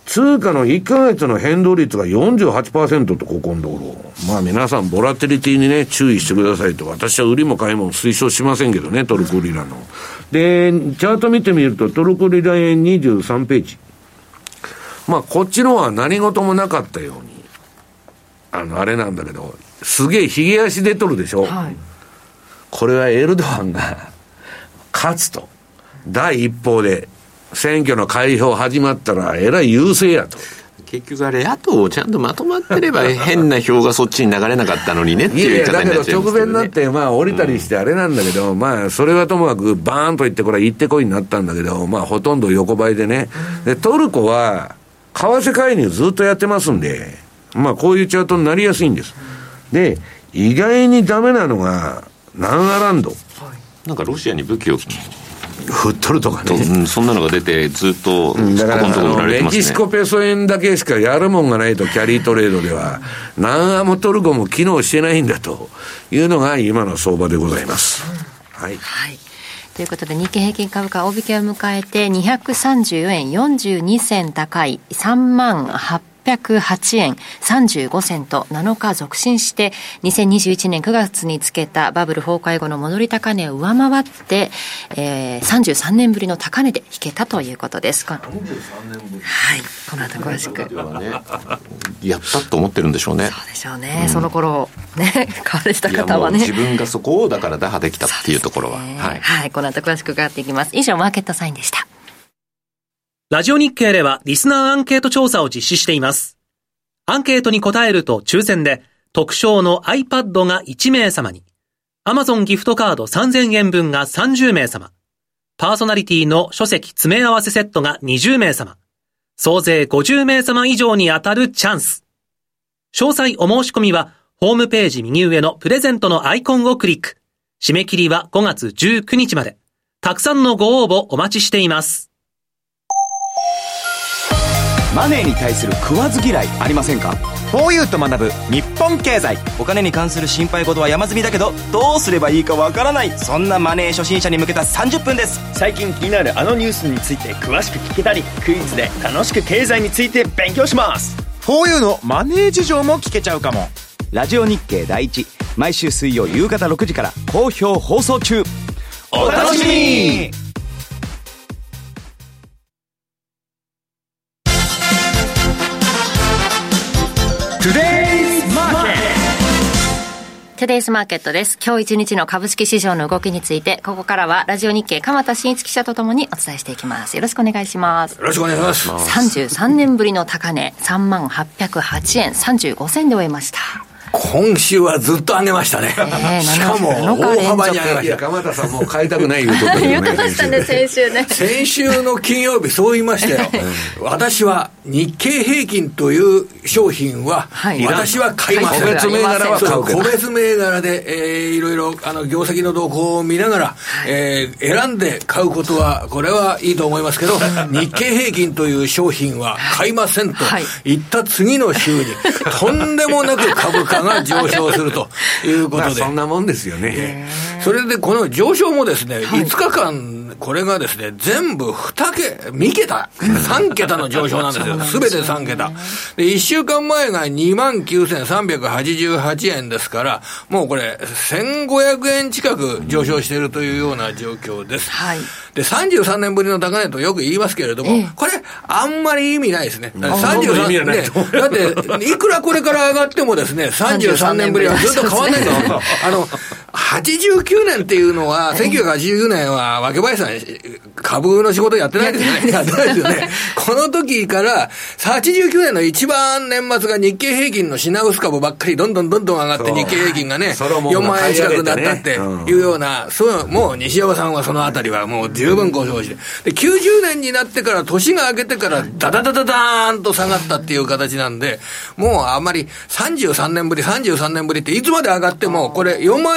B: 通貨のいっかげつの変動率が よんじゅうはちパーセント とここのところ。まあ皆さんボラティリティにね、注意してくださいと。私は売りも買いも推奨しませんけどね、トルコリラの。で、チャート見てみるとトルコリラ円にじゅうさんページ。まあこっちのは何事もなかったように。あの、あれなんだけど、すげえ髭足出とるでしょ。はい、これはエルドアンが勝つと。第一報で。選挙の開票始まったらえらい優勢やと。
C: 結局あれ野党ちゃんとまとまってれば変な票がそっちに流れなかったのにねっていう言い方になっちゃうんですけどね。いやいやだけど直前になってまあ降りたりしてあれなんだけど、うん、まあそれはともかくバーンといってこれは行ってこいになったんだけど、まあほとんど横ばいでね。でトルコは為替介入ずっとやってますんで、まあこういうチャートになりやすいんです。で意外にダメなのがナンアランド。 なんかロシアに武器を
B: 振っとるとかね、
C: うん、そんなのが出てずっと、
B: うん、だからメキシコペソ円だけしかやるもんがないと、キャリートレードでは南アもトルコも機能してないんだというのが今の相場でございます、うん、はい、
D: はい、ということで日経平均株価大引けを迎えてにひゃくさんじゅうよえんよんじゅうにせん高い さんまんはっぴゃくはちえんさんじゅうごせんとなのか続伸してにせんにじゅういちねんくがつにつけたバブル崩壊後の戻り高値を上回って、えー、さんじゅうさんねんぶりの高値で引けたということです。さんじゅうさんねんぶり、はい、この後詳しく
C: やったと思ってるんでしょうね。
D: そうでしょうね、うん、その頃ね買われた方はね、
C: 自分がそこをだから打破できたっていうところは、
D: ね、はい、はい、この後詳しく伺っていきます。以上マーケットサインでした。
E: ラジオ日経ではリスナーアンケート調査を実施しています。アンケートに答えると抽選で特賞の iPad がいちめいさまに、Amazon ギフトカードさんぜんえんぶんがさんじゅうめいさま、パーソナリティの書籍詰め合わせセットがにじゅうめいさま、総勢ごじゅうめいさま以上に当たるチャンス。詳細お申し込みはホームページ右上のプレゼントのアイコンをクリック。締め切りはごがつじゅうくにちまで。たくさんのご応募お待ちしています。
H: マネーに対する食わず嫌いありませんか？ フォーユー と学ぶ日本経済。お金に関する心配事は山積みだけどどうすればいいかわからない、そんなマネー初心者に向けたさんじゅっぷんです。
I: 最近気になるあのニュースについて詳しく聞けたり、クイズで楽しく経済について勉強します。
H: フォーユー のマネー事情も聞けちゃうかも。ラジオ日経第一、毎週水曜夕方ろくじから好評放送中。
I: お楽しみに。
D: トゥデイズマーケット。トゥデイズマーケットです。今日一日の株式市場の動きについて、ここからはラジオ日経鎌田新一記者とともにお伝えしていきます。よろしくお願いします。
B: よろしくお願いします。
D: さんじゅうさんねんぶりの高値さんまんはっぴゃくはちえんさんじゅうごせんで終えました。
B: 今週はずっと上げましたね、えー、しかも大幅に上げました。鎌田さんもう買いたくない言うとったけどね
D: 言ってましたね先週ね。
J: 先週の金曜日そう言いましたよ私は日経平均という商品は、はい、私は買いません。
B: 個別銘柄は買うけど、
J: 個別銘柄で、えー、いろいろあの業績の動向を見ながら、はい、えー、選んで買うことはこれはいいと思いますけど日経平均という商品は買いませんと言った次の週にとんでもなく株価が上昇するということで、まあ、
B: そんなもんですよね。
J: それでこの上昇もですね、はい、いつかかんこれがですね全部にけにけたさんけたの上昇なんですよすべてさんけたで、いっしゅうかんまえが にまんきゅうせんさんびゃくはちじゅうはちえんですから、もうこれせんごひゃくえん近く上昇しているというような状況です、はい、でさんじゅうさんねんぶりの高値とよく言いますけれども、えー、これあんまり意味ないですね。さんじゅうさんねんね、だっていくらこれから上がってもですねさんじゅうさんねんぶりはずっと変わらないんですよあのはちじゅうきゅうねんっていうのは、せんきゅうひゃくはちじゅうきゅうねんは若林さん株の仕事やってないですよね。やってないですよね。この時からはちじゅうきゅうねんの一番年末が日経平均の品薄株ばっかりどんどんどんどん上がって日経平均がねよんまんえん近くになったっていうような、そうもう西山さんはそのあたりはもう十分ご承知で、できゅうじゅうねんになってから年が明けてからダダダダダーンと下がったっていう形なんで、もうあんまりさんじゅうさんねんぶりさんじゅうさんねんぶりっていつまで上がってもこれよんまんえんぐらい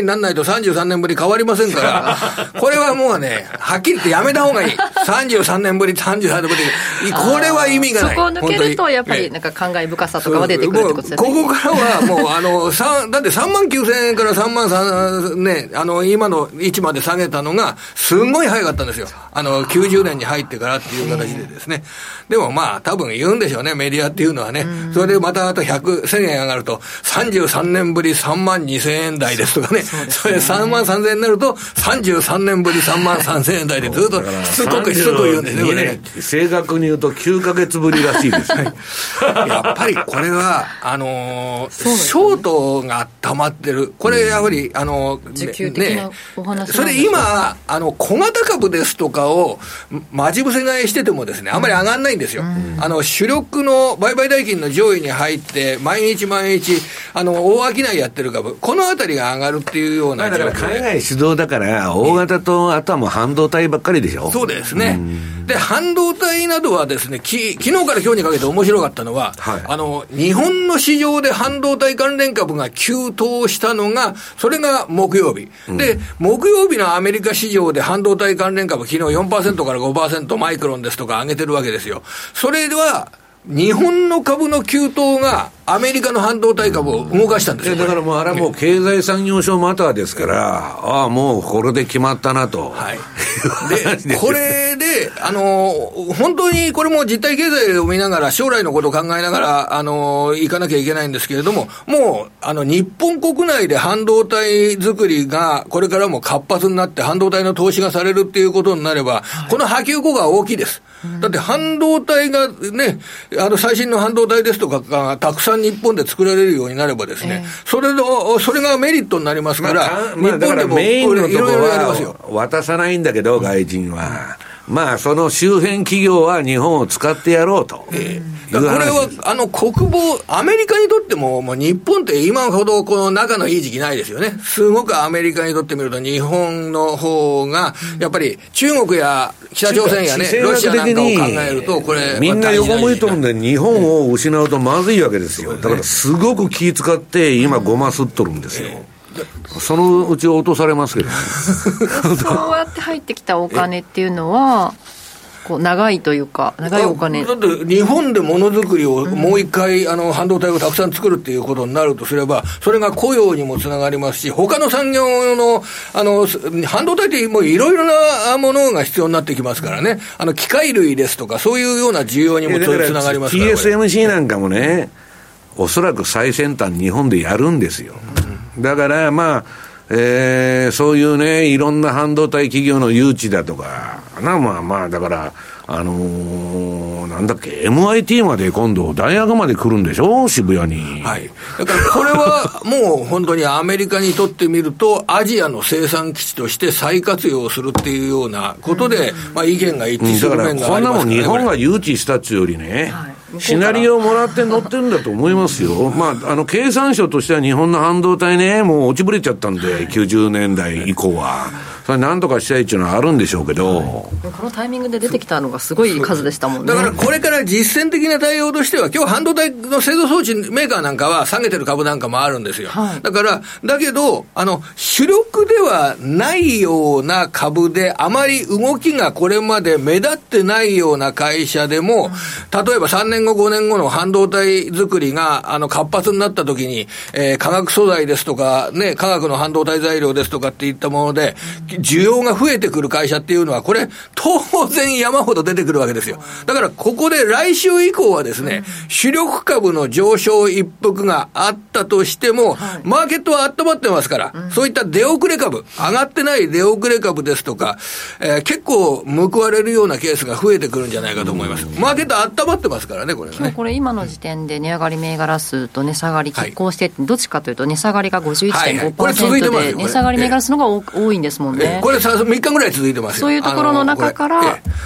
J: にならないとさんじゅうさんねんぶり変わりませんから、これはもうね、はっきり言ってやめた方がいい。さんじゅうさんねんぶり、さんじゅうさんねんぶり。これは意味がない。
D: そこを抜けると、やっぱりなんか感慨深さとかは出てくるってことですね。
J: ここからはもう、あの、だってさんまんきゅうせんえんからさんまんさんね、あの、今の位置まで下げたのが、すんごい早かったんですよ。あの、きゅうじゅうねんに入ってからっていう形でですね。でもまあ、多分言うんでしょうね、メディアっていうのはね。それでまたあとひゃく、せんえん上がると、さんじゅうさんねんぶりさんまんにせんえん台ですとかね。それさんまんさんぜんえんになると、さんじゅうさんねんぶりさんまんさんぜんえん台でずっとしつこくしつこく言うんですね、これね。
B: 正確に言うときゅうかげつぶりらしいです。
J: やっぱりこれは、あのー、ショートが溜まってる。これやはり、あのー、
D: 需給的なお話なんですか。
J: それ今、あの、小型株ですとかを待ち伏せ買いしててもですね、あんまり上がんないんですよ。うん、あの、主力の売買代金の上位に入って、毎日毎日、あの、大商いやってる株、このあたりが上がるっていうような。
B: だから海外主導だから、大型と、あとはもう半導体ばっかりでしょ。
J: そうですね。で、半導体などはですね、き昨日から今日にかけて面白かったのは、はい、あの、日本の市場で半導体関連株が急騰したのが、それが木曜日。うん、で、木曜日のアメリカ市場で半導体関連株、昨日 よんパーセント から ごパーセント マイクロンですとか上げてるわけですよ。それでは、日本の株の急騰がアメリカの半導体株を動かしたんですよ。
B: だからもうあれはもう経済産業省マターですから、ああもうこれで決まったなと。
J: はい。で、これで、あの、本当にこれも実体経済を見ながら、将来のことを考えながら、あの、行かなきゃいけないんですけれども、もう、あの、日本国内で半導体作りがこれからも活発になって半導体の投資がされるっていうことになれば、はい、この波及効果は大きいです。だって半導体がね、あの最新の半導体ですとかがたくさん日本で作られるようになればですね、えー、それの、それがメリットになりますから、
B: まあ、
J: 日本でも
B: メインのところは渡さないんだけど、外人は。まあ、その周辺企業は日本を使ってやろうと。え
J: ー、だこれは、あの、国防、アメリカにとっても、もう日本って今ほどこの仲のいい時期ないですよね。すごくアメリカにとってみると、日本の方が、やっぱり中国や北朝鮮やね、ロシアなんかを考えると、これ、
B: みんな横向いとるんで、日本を失うとまずいわけですよ。だから、すごく気使って、今、ごますっとるんですよ。そのうち落とされますけど、ね、
D: そうやって入ってきたお金っていうのはこう長いというか長いお金
J: だって日本でものづくりをもう一回、うん、あの半導体をたくさん作るっていうことになるとすればそれが雇用にもつながりますし他の産業のあの半導体ってもういろいろなものが必要になってきますからねあの機械類ですとかそういうような需要にもつながりますから
B: ティーエスエムシー なんかもねおそらく最先端日本でやるんですよ、うん、だからまあえー、そういうねいろんな半導体企業の誘致だとかなまあまあだからあのー、なんだっけ エムアイティー まで今度大学まで来るんでしょ渋谷に
J: はいだからこれはもう本当にアメリカにとってみるとアジアの生産基地として再活用するっていうようなことで、まあ、意見が一致する面がありますからね、
B: だからこんなもん日本が誘致したっつうよりね、はいシナリオをもらって乗ってるんだと思いますよ。まあ、あの、経産省としては日本の半導体ね、もう落ちぶれちゃったんで、きゅうじゅうねんだい以降は。それ何とかしたいっていうのはあるんでしょうけど、はい、
D: このタイミングで出てきたのがすごい数でしたもんね。
J: だからこれから実践的な対応としては今日半導体の製造装置メーカーなんかは下げてる株なんかもあるんですよ、はい、だからだけどあの主力ではないような株であまり動きがこれまで目立ってないような会社でも、うん、例えばさんねんごごねんごの半導体作りがあの活発になった時に、えー、化学素材ですとかね化学の半導体材料ですとかっていったもので需要が増えてくる会社っていうのはこれ当然山ほど出てくるわけですよ。だからここで来週以降はですね、うん、主力株の上昇一服があったとしても、はい、マーケットは温まってますから、うん、そういった出遅れ株上がってない出遅れ株ですとか、えー、結構報われるようなケースが増えてくるんじゃないかと思います、うん、マーケット温まってますからねこれね。
D: 今日これ今の時点で値上がり銘柄数と値下がり拮抗して、はい、どっちかというと値下がりが ごじゅういってんごパーセント で値下がり銘柄数の方が多いんですもんね。
J: これみっかぐらい続いてますよ。
D: そういうところの中から買えるとこ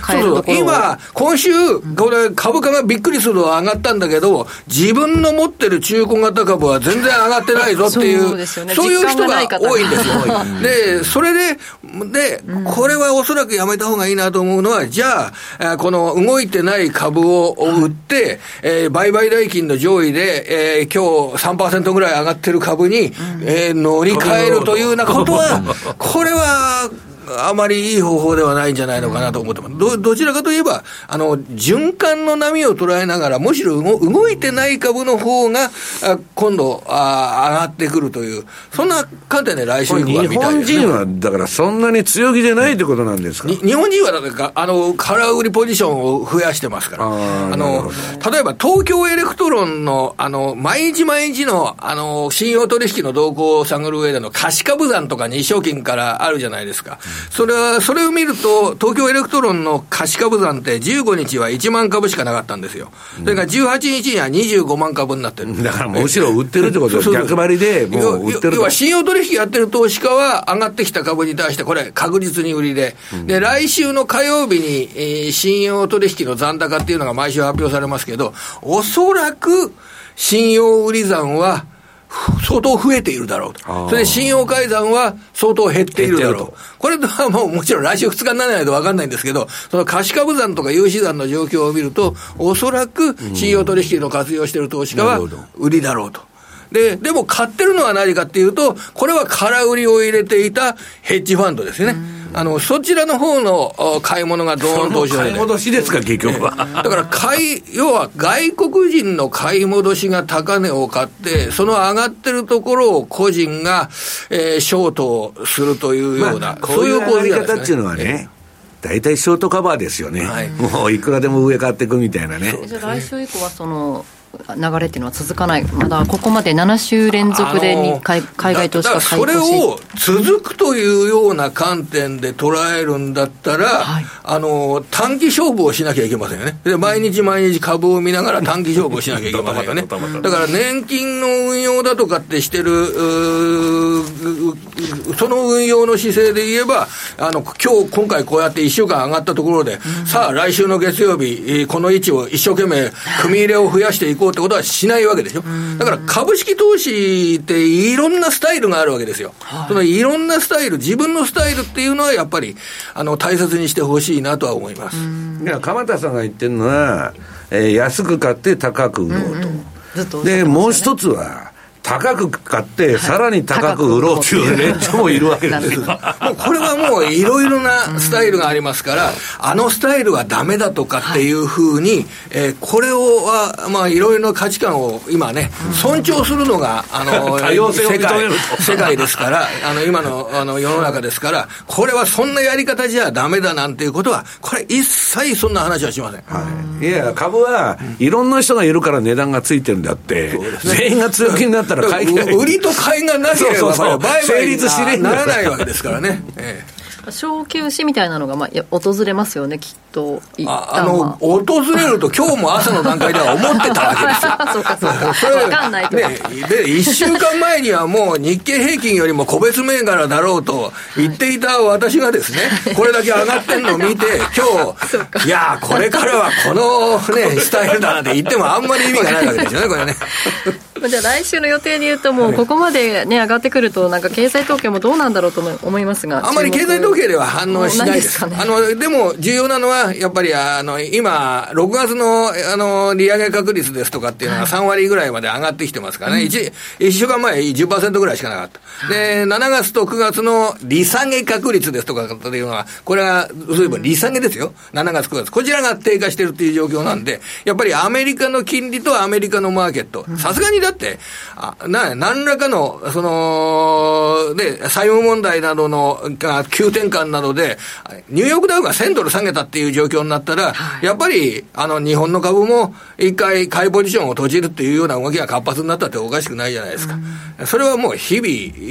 D: ころ
J: 今、今週、これ株価がびっくりするのは上がったんだけど、自分の持ってる中古型株は全然上がってないぞっていう、そうですよね、そういう人が多いんですよ。で、それで、で、これはおそらくやめた方がいいなと思うのは、じゃあ、この動いてない株を売って、えー、売買代金の上位で、えー、今日 さんパーセント ぐらい上がってる株に、えー、乗り換えるというようなことは、これは、あまりいい方法ではないんじゃないのかなと思ってます。ど、どちらかといえば、あの、循環の波を捉えながら、むしろ動、動いてない株の方が、あ今度あ、上がってくるという、そんな観点で来週以降は見たいですね。
B: 日本人は、だからそんなに強気じゃないってことなんですか？
J: 日本人はだから、あの、空売りポジションを増やしてますから。あ, あの、例えば東京エレクトロンの、あの、毎日毎日の、あの、信用取引の動向を探る上での貸し株残とか日証金からあるじゃないですか。それは、それを見ると、東京エレクトロンの貸し株残ってじゅうごにちはいちまん株しかなかったんですよ。それからじゅうはちにちにはにじゅうごまん株になってる。
B: だからむしろ売ってるってことです。逆張りでもう売ってる。
J: 要は信用取引やってる投資家は上がってきた株に対してこれ確実に売りで。うん、で、来週の火曜日に、えー、信用取引の残高っていうのが毎週発表されますけど、おそらく信用売り残は相当増えているだろうと。それで信用改ざんは相当減っているだろう。これはもうもちろん来週ふつかにならないと分かんないんですけど、その貸し株残とか融資残の状況を見ると、おそらく信用取引の活用している投資家は売りだろうと。で、でも買ってるのは何かっていうと、これは空売りを入れていたヘッジファンドですよね。あの、そちらの方の買い物がドーンと押し寄せて。
B: 買い戻しですか、結局は。
J: だから買い、要は外国人の買い戻しが高値を買って、その上がってるところを個人が、えー、ショートをするというような、
B: まあ、そういう構図方っていうのはね、大体ショートカバーですよね。はい、もういくらでも上買っていくみたいなね。
D: じゃあ来週以降はその、流れっていうのは続かない。まだここまでなな週連続でに海外投資家買い越し。
J: それを続くというような観点で捉えるんだったら、はい、あの短期勝負をしなきゃいけませんよね。で毎日毎日株を見ながら短期勝負をしなきゃいけませんよね。だから年金の運用だとかってしてるその運用の姿勢で言えば、あの今日今回こうやっていっしゅうかん上がったところで、うん、さあ来週の月曜日この位置を一生懸命組み入れを増やしていこうってことはしないわけでしょ。だから株式投資っていろんなスタイルがあるわけですよ。はい、そのいろんなスタイル、自分のスタイルっていうのはやっぱりあの大切にしてほしいなとは思います。
B: いや鎌田さんが言ってるのは、えー、安く買って高く売ろうと。うんうん、ずっとでもう一つは。高く買ってさらに高く売ろうという連中もいるわけですよ。も
J: うこれはもういろいろなスタイルがありますから、あのスタイルはダメだとかっていうふうに、えー、これをはまあいろいろな価値観を今ね尊重するのがあの
B: 多様性を認める
J: と世界ですから、あの今のあの世の中ですから、これはそんなやり方じゃダメだなんていうことはこれ一切そんな話はしません。
B: はい、いや株はいろんな人がいるから値段がついてるんだって、ね、全員が強気になったら
J: 売りと買いがなければ売買にならないわけですからね。ええ、
D: 小休止みたいなのが、まあ、訪れますよね、きっと。
J: ああの訪れると今日も朝の段階では思ってたわけですよ。
D: そうかそうか。それ分かんないとか、ね、
J: でいっしゅうかんまえにはもう日経平均よりも個別銘柄だろうと言っていた私がですね、はい、これだけ上がってんのを見て今日いやこれからはこの、ね、スタイルだなんて言ってもあんまり意味がないわけですよね、これね。
D: じゃあ来週の予定で言うと、もうここまで、ね、上がってくるとなんか経済統計もどうなんだろうと思いますが、
J: あんまり経済統計では反応しないです。ですかね、あのでも重要なのはやっぱりあの今ろくがつの、あの利上げ確率ですとかっていうのがさんわりぐらいまで上がってきてますからね、うん、1, いっしゅうかんまえ じゅっパーセント ぐらいしかなかった。でしちがつとくがつの利下げ確率ですとかっていうのはこれはそういえば利下げですよ。しちがつくがつこちらが低下してるっていう状況なんで、やっぱりアメリカの金利とアメリカのマーケット、さすがにだってあな何らかのそので債務問題などの急転換などでニューヨークダウがせんドル下げたっていう状況になったら、はい、やっぱりあの日本の株も一回買いポジションを閉じるっていうような動きが活発になったっておかしくないじゃないですか。それはもう日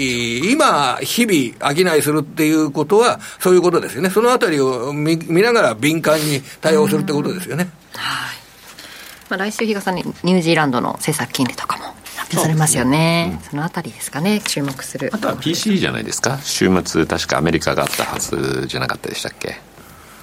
J: 々今日々商いするっていうことはそういうことですよね。そのあたりを 見, 見ながら敏感に対応するってことですよね。
D: はい、まあ、来週比嘉さんにニュージーランドの政策金利とかも発表されますよね。 そ, うん、そのあたりですかね、注目する。
C: あとは ピーシー じゃないですか。週末確かアメリカがあったはずじゃなかったでしたっけ。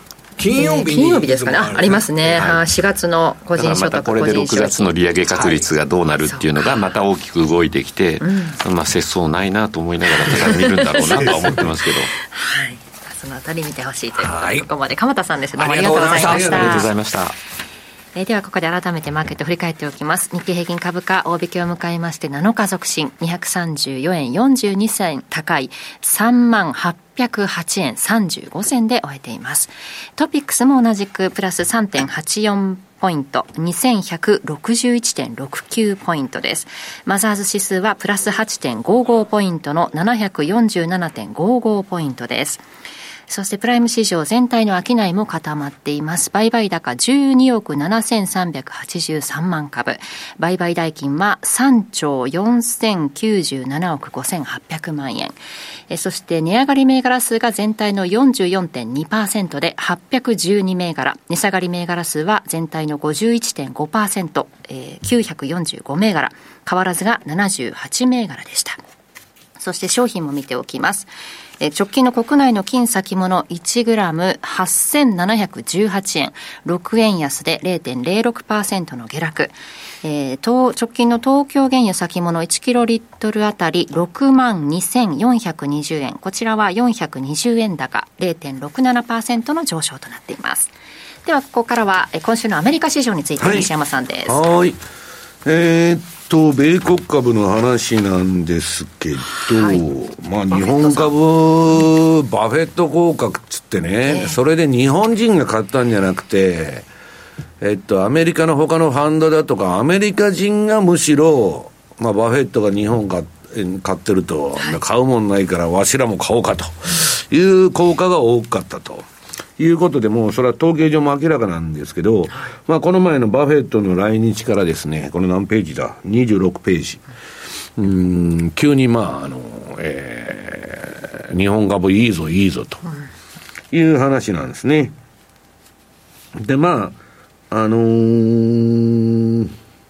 J: 金曜日に、
D: えー、金曜日ですかね。ありますね、はい、しがつの個人所得、
C: またこれでろくがつの利上げ確率がどうなるっていうのがまた大きく動いてきて、うん、まあ節操ないなと思いながらただ見るんだろうなとは思ってますけど
D: はい、そのあたり見てほしいということで、はい、ここまで鎌田さんです。どうもありがとうございました。
C: ありがとうございました。
D: えー、ではここで改めてマーケット振り返っておきます。日経平均株価大引けを迎えましてなのか続伸にひゃくさんじゅうよえんよんじゅうにせん高い さんまんはっぴゃくはちえんさんじゅうごせんで終えています。トピックスも同じくプラス さんてんはちよんポイント にせんひゃくろくじゅういちてんろくきゅうポイントです。マザーズ指数はプラス はちてんごごポイントの ななひゃくよんじゅうななてんごごポイントです。そしてプライム市場全体の商いも固まっています。売買高じゅうにおくななせんさんびゃくはちじゅうさんまん株、売買代金はさんちょうよんせんきゅうじゅうななおくごせんはっぴゃくまんえん。えそして値上がり銘柄数が全体の よんじゅうよんてんにパーセント ではっぴゃくじゅうに銘柄、値下がり銘柄数は全体の ごじゅういちてんごパーセント、えー、きゅうひゃくよんじゅうご銘柄、変わらずがななじゅうはち銘柄でした。そして商品も見ておきます。直近の国内の金先物 いちグラムはっせんななひゃくじゅうはちえん、ろくえん安で れいてんれいろくパーセント の下落、えー、直近の東京原油先物いちキロリットルあたりろくまんにせんよんひゃくにじゅうえん、こちらはよんひゃくにじゅうえん高 れいてんろくななパーセント の上昇となっています。ではここからは今週のアメリカ市場について西山さんです。
B: はい、はい、えーと米国株の話なんですけど、はい、まあ日本株バフェット効果っつってね、えー、それで日本人が買ったんじゃなくて、えっとアメリカの他のファンドだとかアメリカ人がむしろ、まあ、バフェットが日本買買ってると、はい、買うもんないからわしらも買おうかという効果が多かったということで、もうそれは統計上も明らかなんですけど、はい、まあこの前のバフェットの来日からですね、これ何ページだにじゅうろくページ、うーん急にまああの、えー、日本株いいぞいいぞという話なんですね。でまああのー、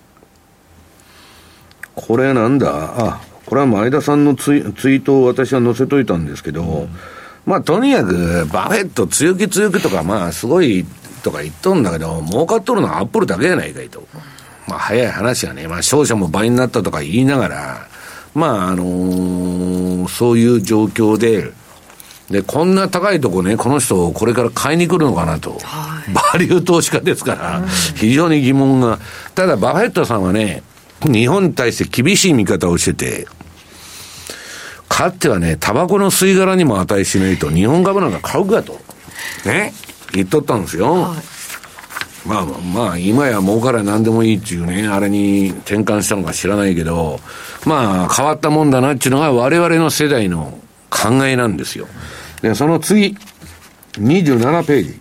B: これなんだあこれは前田さんのツイ、ツイートを私は載せといたんですけど、うん、まあとにかくバフェット強気強気とかまあすごいとか言っとんだけど、儲かっとるのはアップルだけじゃないかいと。まあ早い話はね、まあ商社も倍になったとか言いながら、まああのー、そういう状況で、でこんな高いとこね、この人これから買いに来るのかなと、はい、バリュー投資家ですから非常に疑問が。ただバフェットさんはね、日本に対して厳しい見方をしてて、かつてはね、タバコの吸い殻にも値しないと日本株なんか買うかとね言っとったんですよ、はい、まあまあ今や儲から何でもいいっていうね、あれに転換したのか知らないけど、まあ変わったもんだなっていうのが我々の世代の考えなんですよ。でその次にじゅうななページ、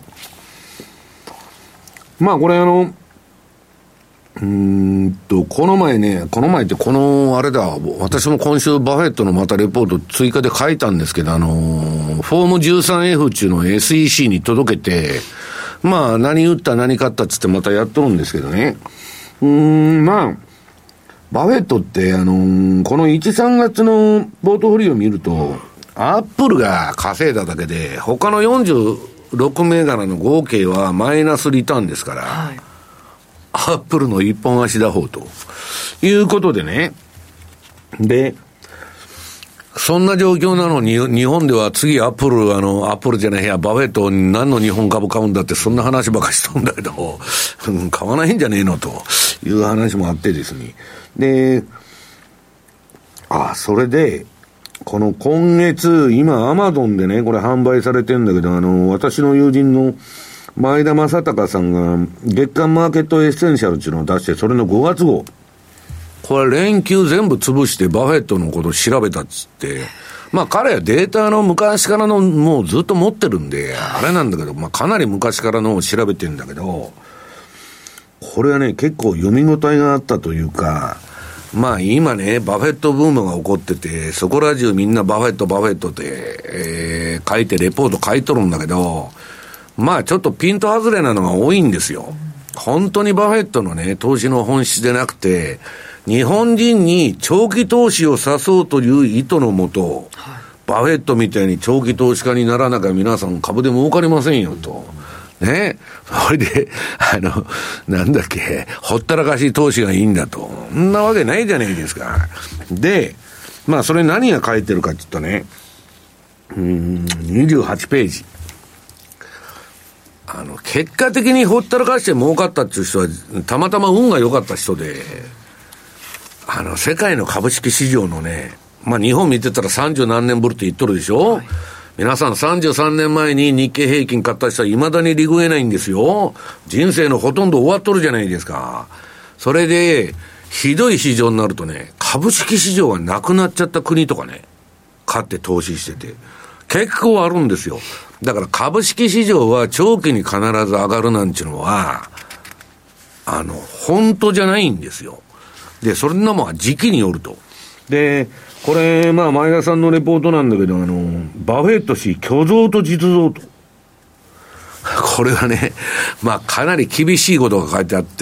B: まあこれあのうーんとこの前ねこの前ってこのあれだ、私も今週バフェットのまたレポート追加で書いたんですけど、あのフォーム じゅうさんエフ っていうのを エスイーシー に届けて、まあ何売った何買ったっつってまたやっとるんですけどね、うーんまあバフェットってあのー、このいち、さんがつのポートフォリオを見るとアップルが稼いだだけで他のよんじゅうろく銘柄の合計はマイナスリターンですから、はい、アップルの一本足打法ということでね。でそんな状況なのに日本では次アップルあのアップルじゃないやバフェットに何の日本株買うんだって、そんな話ばかりしとんだけど買わないんじゃねえのという話もあってですね。であそれでこの今月今アマゾンでねこれ販売されてんだけど、あの私の友人の前田正隆さんが月間マーケットエッセンシャルっていうのを出して、それのごがつ号、これ連休全部潰してバフェットのことを調べたっつって、まあ彼はデータの昔からのもうずっと持ってるんであれなんだけど、まあかなり昔からのを調べてるんだけど、これはね結構読み応えがあったというか、まあ今ねバフェットブームが起こってて、そこら中みんなバフェットバフェットって、えー、書いてレポート書いとるんだけど、まあちょっとピント外れなのが多いんですよ。本当にバフェットのね投資の本質でなくて、日本人に長期投資を誘うという意図のもと、はい、バフェットみたいに長期投資家にならなきゃ皆さん株で儲かりませんよと、 ね。それで、あの、なんだっけ、ほったらかし投資がいいんだと。そんなわけないじゃないですか。で、まあそれ何が書いてるかって言ったね、うーん、にじゅうはちページ。あの、結果的にほったらかして儲かったっていう人は、たまたま運が良かった人で、あの、世界の株式市場のね、まあ日本見てたらさんじゅうなんねんぶりって言っとるでしょ、はい、皆さんさんじゅうさんねんまえに日経平均買った人は未だに利食えないんですよ。人生のほとんど終わっとるじゃないですか。それで、ひどい市場になるとね、株式市場がなくなっちゃった国とかね、買って投資してて、結構あるんですよ。だから株式市場は長期に必ず上がるなんちゅうのは、あの、本当じゃないんですよ。で、それなもんは時期によると。で、これ、まあ、前田さんのレポートなんだけど、あの、バフェット氏、虚像と実像と。これはね、まあ、かなり厳しいことが書いてあって、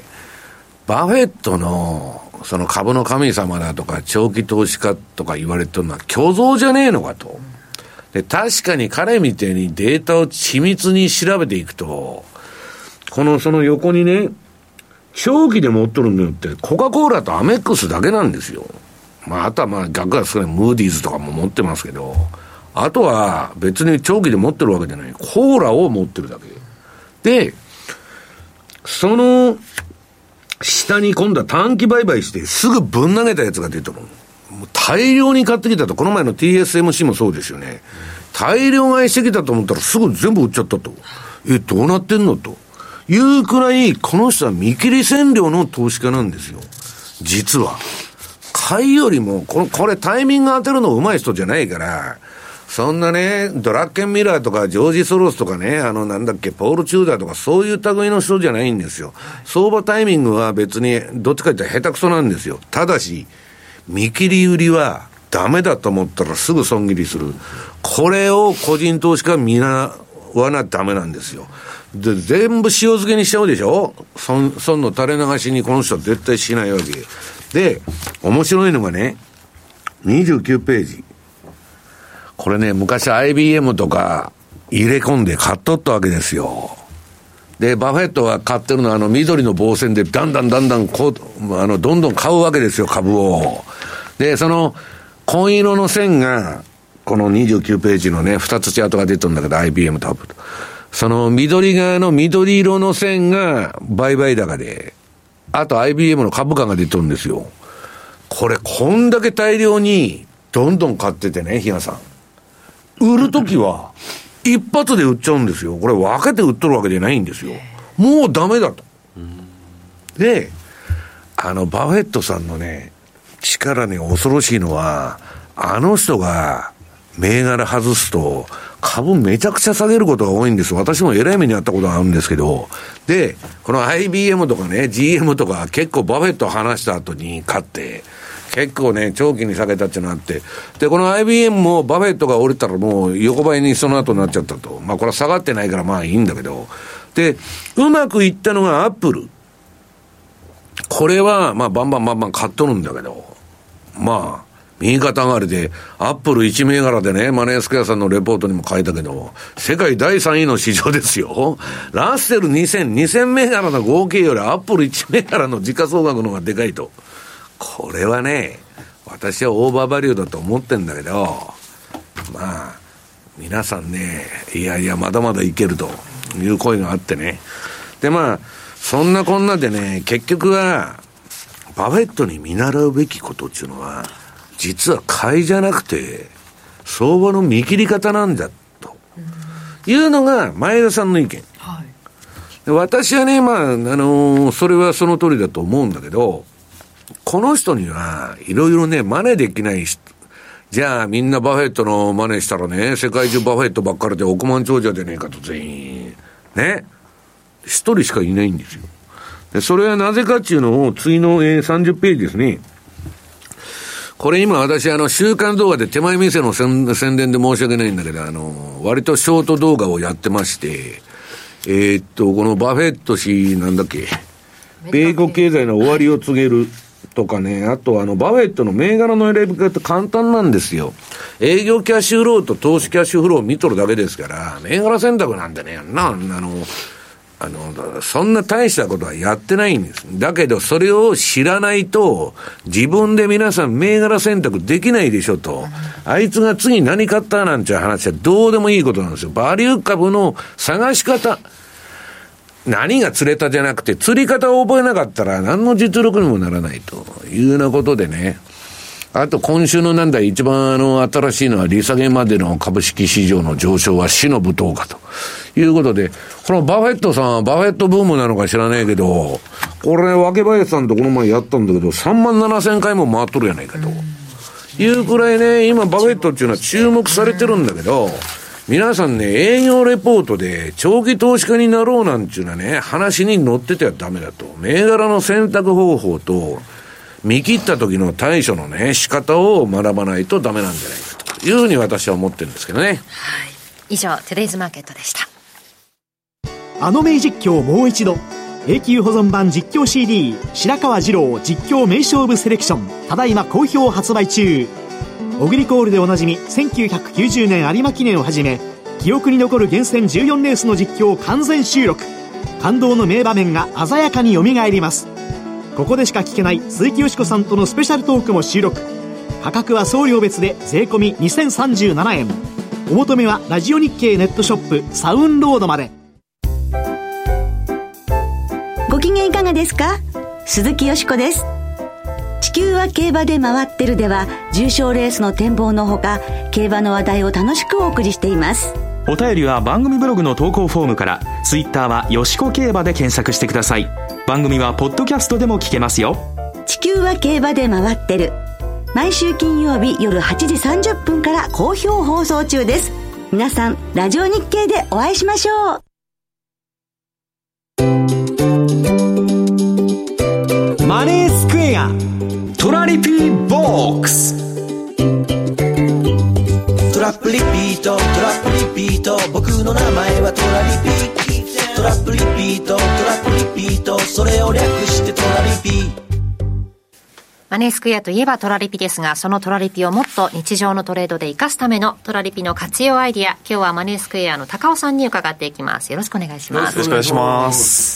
B: バフェットの、その株の神様だとか、長期投資家とか言われてるのは虚像じゃねえのかと。で、確かに彼みたいにデータを緻密に調べていくと、この、その横にね、長期で持っとるのって、コカ・コーラとアメックスだけなんですよ。まあ、あとはまあ、逆は少ない、ムーディーズとかも持ってますけど、あとは別に長期で持ってるわけじゃない。コーラを持ってるだけ。で、その、下に今度は短期売買してすぐぶん投げたやつが出てるの。もう大量に買ってきたと。この前の ティーエスエムシー もそうですよね。大量買いしてきたと思ったらすぐ全部売っちゃったと。え、どうなってんのというくらい、この人は見切り線量の投資家なんですよ。実は。買いよりも、この、これタイミング当てるの上手い人じゃないから、そんなね、ドラッケンミラーとかジョージ・ソロスとかね、あのなんだっけ、ポール・チューダーとかそういう類の人じゃないんですよ。相場タイミングは別にどっちか言ったら下手くそなんですよ。ただし、見切り売りはダメだと思ったらすぐ損切りする。これを個人投資家は見習わなダメなんですよ。で、全部塩漬けにしちゃうでしょ。損、損の垂れ流しにこの人は絶対しないわけ。で、面白いのがね、にじゅうきゅうページ。これね、昔 アイビーエム とか入れ込んで買っとったわけですよ。で、バフェットが買ってるのはあの緑の棒線でだんだんだんだんこう、あの、どんどん買うわけですよ、株を。で、その、紺色の線が、このにじゅうきゅうページのね、二つチャートが出てるんだけど、アイビーエム とアップと。その緑側の緑色の線が売買高で、あと アイビーエム の株価が出てるんですよ。これ、こんだけ大量にどんどん買っててね、比嘉さん。売るときは、一発で売っちゃうんですよ。これ分けて売っとるわけじゃないんですよ。もうダメだと。で、あの、バフェットさんのね、力ね、恐ろしいのは、あの人が銘柄外すと、株めちゃくちゃ下げることが多いんです。私も偉い目にあったことがあるんですけど、で、この アイビーエム とかね、ジーエム とか結構バフェット話した後に買って、結構ね、長期に下げたっていうのがあって。で、この アイビーエム もバフェットが降りたらもう横ばいにその後になっちゃったと。まあこれは下がってないからまあいいんだけど。で、うまくいったのがアップル。これはまあバンバンバンバン買っとるんだけど。まあ、右肩上がりで、アップルいち銘柄でね、マネースクエアさんのレポートにも書いたけど、世界だいさんいの市場ですよ。ラッセルにせん、にせん銘柄の合計よりアップルいち銘柄の時価総額の方がでかいと。これはね、私はオーバーバリューだと思ってんだけど、まあ、皆さんね、いやいや、まだまだいけるという声があってね。で、まあ、そんなこんなでね、結局は、バフェットに見習うべきことっていうのは、実は買いじゃなくて、相場の見切り方なんだ、というのが前田さんの意見。はい、で私はね、まあ、あのー、それはその通りだと思うんだけど、この人にはいろいろね、真似できない人。じゃあみんなバフェットの真似したらね、世界中バフェットばっかりで億万長者じゃねえかと全員。ね。一人しかいないんですよ。で、それはなぜかっていうのを次の、えー、さんじゅっページですね。これ今私あの週刊動画で手前店の宣伝で申し訳ないんだけど、あの、割とショート動画をやってまして、えー、っと、このバフェット氏なんだっけ、米国経済の終わりを告げるとかね、あとあのバフェットの銘柄の選び方って簡単なんですよ。営業キャッシュフローと投資キャッシュフローを見とるだけですから、銘柄選択なんてね、な、あの、あの、そんな大したことはやってないんです。だけど、それを知らないと、自分で皆さん銘柄選択できないでしょと。あいつが次何買ったなんて話はどうでもいいことなんですよ。バリュー株の探し方。何が釣れたじゃなくて、釣り方を覚えなかったら何の実力にもならないというようなことでね。あと今週のなんだ一番あの新しいのは利下げまでの株式市場の上昇は死の舞踏かということで、このバフェットさんはバフェットブームなのか知らないけど、これ若林さんとこの前やったんだけどさんまんななせんかいも回っとるやないかというくらいね、今バフェットっていうのは注目されてるんだけど、皆さんね、営業レポートで長期投資家になろうなんていうのはね、話に乗っててはダメだと。銘柄の選択方法と見切った時の対処のね、仕方を学ばないとダメなんじゃないかというふうに私は思ってるんですけどね。はい。
D: 以上、トゥデイズマーケットでした。
K: あの名実況をもう一度。永久保存版実況 シーディー 白川二郎実況名勝負セレクション、ただいま好評発売中。オグリコールでおなじみせんきゅうひゃくきゅうじゅうねん有馬記念をはじめ、記憶に残る厳選じゅうよんレースの実況を完全収録。感動の名場面が鮮やかによみがえります。ここでしか聞けない鈴木よしこさんとのスペシャルトークも収録。価格は送料別で税込みにせんさんじゅうななえん。お求めはラジオ日経ネットショップサウンロードまで。
L: ご機嫌いかがですか？鈴木よしこです。地球は競馬で回ってるでは、重賞レースの展望のほか、競馬の話題を楽しくお送りしています。
H: お便りは番組ブログの投稿フォームから、ツイッターはよしこ競馬で検索してください。番組はポッドキャストでも聞けますよ。
L: 地球は競馬で回ってる、毎週金曜日夜はちじさんじゅっぷんから好評放送中です。皆さんラジオ日経でお会いしましょう。
A: マネースクエア
H: トラリピーボックス。
M: トラップリピート、トラップリピート、僕の名前はトラリピ。トラップリピート、トラップリピート、それを略してトラリピ。
D: マネースクエアといえばトラリピですが、そのトラリピをもっと日常のトレードで活かすためのトラリピの活用アイディア、今日はマネースクエアの高尾さんに伺っていきます。よろしくお願いします。
N: よろしくお願いします。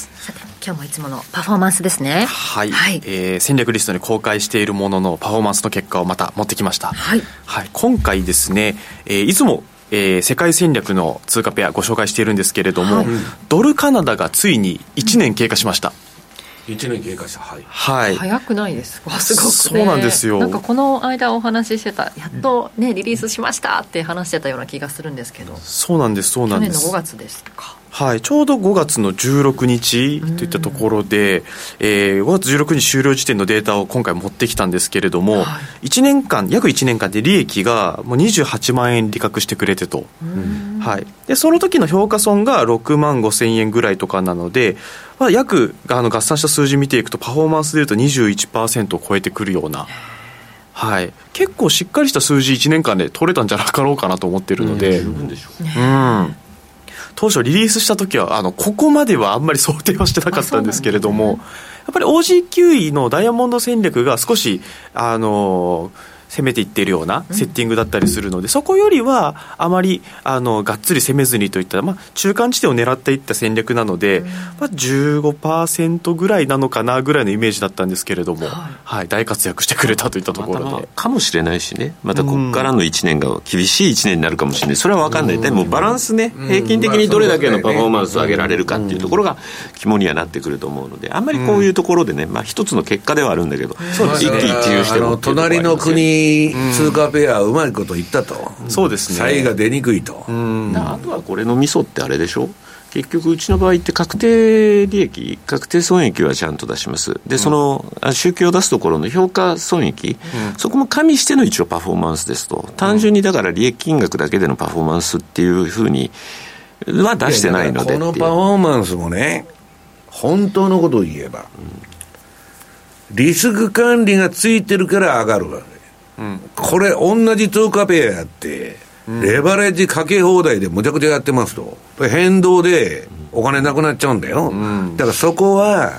D: さて、今日もいつものパフォーマンスですね。
N: はい、はい、えー、戦略リストに公開しているもののパフォーマンスの結果をまた持ってきました。はい、はい、今回ですね、えー、いつもえー、世界戦略の通貨ペアご紹介しているんですけれども、はい、ドルカナダがついにいちねん経過しました。
B: いちねん経過した。はい、
N: はい、
D: 早くないですか？すごくね。
N: そうなんですよ。
D: なんかこの間お話ししてた、やっとねリリースしましたって話してたような気がするんですけど。
N: そうなんです、そうなんです。
D: 去年のごがつですか。
N: はい、ちょうどごがつのじゅうろくにちといったところで、えー、ごがつじゅうろくにち終了時点のデータを今回持ってきたんですけれども、はい、いちねんかん約いちねんかんで利益がもうにじゅうはちまんえん利確してくれてと、はい、でその時の評価損がろくまんごせんえんぐらいとかなので、まあ、約あの合算した数字見ていくとパフォーマンスでいうと にじゅういちパーセント を超えてくるような、はい、結構しっかりした数字いちねんかんで取れたんじゃなかろうかなと思っているので、
B: 十分でしょう、
N: うん当初リリースした時はあのここまではあんまり想定はしてなかったんですけれども、ね、やっぱり オージーキューイー のダイヤモンド戦略が少しあの攻めていっているようなセッティングだったりするので、うん、そこよりはあまりあのがっつり攻めずにといった、まあ、中間地点を狙っていった戦略なので、うんまあ、じゅうごパーセント ぐらいなのかなぐらいのイメージだったんですけれども、はいはい、大活躍してくれたといったところで、ま
C: たかもしれないしね、またここからのいちねんが厳しいいちねんになるかもしれない、それは分かんない、でもバランスね、平均的にどれだけのパフォーマンスを上げられるかっていうところが肝にはなってくると思うので、あんまりこういうところでね、まあ、一つの結果ではあるんだけど、一喜一憂しても
B: 隣の国通貨ペアはうまいこと言ったと、
N: うん、そうですね、
B: 差異が出にくいと、
C: うん、あとはこれのミソってあれでしょ、結局うちの場合って確定利益確定損益はちゃんと出します。でその集計を出すところの評価損益、うん、そこも加味しての一応パフォーマンスですと、単純にだから利益金額だけでのパフォーマンスっていうふうには出してないので、
B: このパフォーマンスもね、本当のことを言えば、うん、リスク管理がついてるから上がるわけ、うん、これ同じ通貨ペアやってレバレッジかけ放題でむちゃくちゃやってますと、変動でお金なくなっちゃうんだよ、うん、だからそこは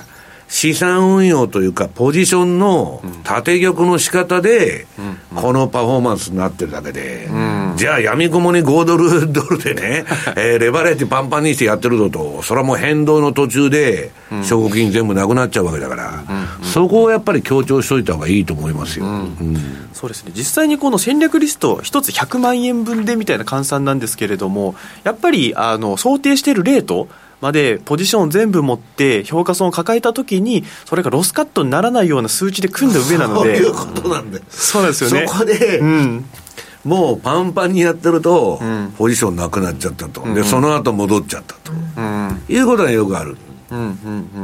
B: 資産運用というかポジションの縦玉の仕方でこのパフォーマンスになってるだけで、うん、じゃあ闇雲にごドルドルでね、えー、レバレッジパンパンにしてやってるのと、それはもう変動の途中で証拠金全部なくなっちゃうわけだから、うん、そこをやっぱり強調しといた方がいいと思いますよ、うんうん、
N: そうですね。実際にこの戦略リスト一つひゃくまんえんぶんでみたいな換算なんですけれども、やっぱりあの想定しているレートまでポジションを全部持って評価損を抱えたときにそれがロスカットにならないような数値で組んだ上なので、
B: そういうことなんで、
N: そうなんですよね。
B: そこで、うん、もうパンパンにやってると、うん、ポジションなくなっちゃったと、うん、でその後戻っちゃったと、うん、いうことがよくある、
N: うんうんうん、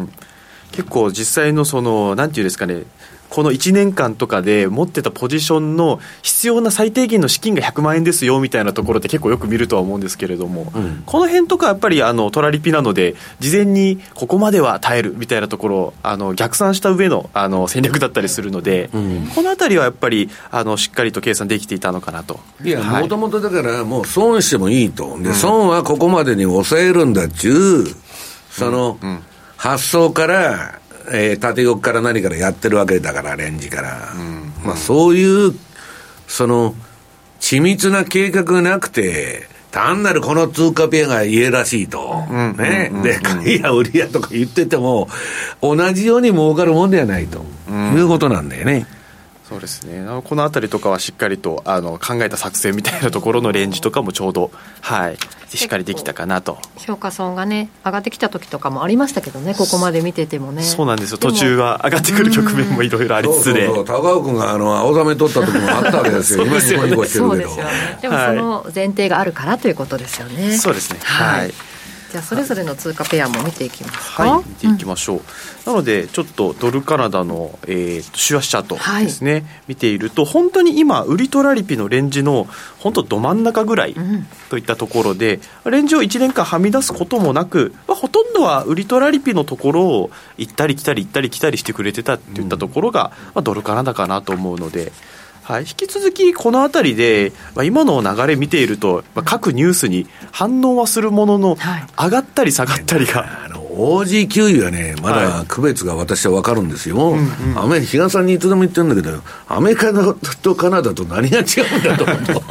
N: 結構実際のそのなんていうんですかね、このいちねんかんとかで持ってたポジションの必要な最低限の資金がひゃくまんえんですよみたいなところって結構よく見るとは思うんですけれども、うん、この辺とかやっぱりあのトラリピなので事前にここまでは耐えるみたいなところあの逆算した上 の, あの戦略だったりするので、うん、このあたりはやっぱりあのしっかりと計算できていたのかなと。
B: いや、もともとだからもう損してもいいと、で損はここまでに抑えるんだっちゅうその発想からえー、縦横から何からやってるわけだから、レンジから、うんまあ、そういうその緻密な計画がなくて単なるこの通貨ペアが家らしいと、うんねうん、で買いや売りやとか言ってても同じように儲かるもんではないと、うん、いうことなんだよね。
N: そうですね。このあたりとかはしっかりとあの考えた作戦みたいなところのレンジとかもちょうど、はい、しっかりできたかなと。
D: 評価損がね上がってきた時とかもありましたけどね、ここまで見ててもね。
N: そうなんですよ。途中は上がってくる局面もいろいろありつつで、
B: そうそうそう、高尾君があの青ざめ取った時もあったわけですよ。今ニコニコしてるけど、そうですよ
D: ね。でもその前提があるからということですよね、はい、
N: そうですね、はい、はい。
D: じゃあそれぞれの通貨ペアも見ていきますか。
N: はい、見ていきましょう、うん、なのでちょっとドルカナダの、えー、週足チャートですね、はい、見ていると本当に今売りトラリピのレンジの本当ど真ん中ぐらいといったところで、うん、レンジをいちねんかんはみ出すこともなく、まあ、ほとんどは売りトラリピのところを行ったり来たり行ったり来たりしてくれてたっていったところが、うんまあ、ドルカナダかなと思うので、はい、引き続きこのあたりで、まあ、今の流れ見ていると、まあ、各ニュースに反応はするものの、はい、上がったり下がったりが、
B: あの オージー 給油はねまだ区別が私は分かるんですよ、はいうんうん、アメ比嘉さんにいつでも言ってるんだけど、アメリカとカナダと何が違うんだと思う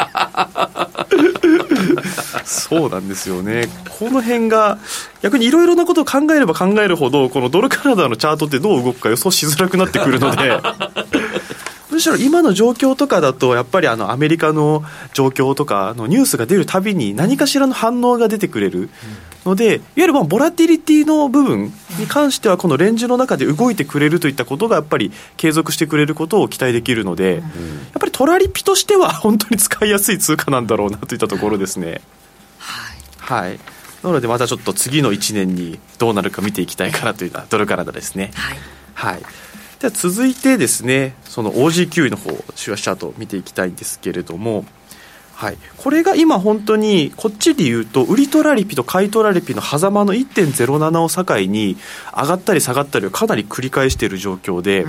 N: そうなんですよね。この辺が逆にいろいろなことを考えれば考えるほどこのドルカナダのチャートってどう動くか予想しづらくなってくるのでむしろ今の状況とかだとやっぱりあのアメリカの状況とかのニュースが出るたびに何かしらの反応が出てくれるので、いわゆるまあボラティリティの部分に関してはこのレンジの中で動いてくれるといったことがやっぱり継続してくれることを期待できるので、やっぱりトラリピとしては本当に使いやすい通貨なんだろうなといったところですね。はい、はい、なのでまたちょっと次のいちねんにどうなるか見ていきたいかなというのはドルカナダですね。はい、はい。では続いてですね、その オージー キューイの方週足チャートを見ていきたいんですけれども、はい、これが今本当にこっちで言うと売りトラリピと買いトラリピの狭間の いってんゼロなな を境に上がったり下がったりをかなり繰り返している状況で、うん、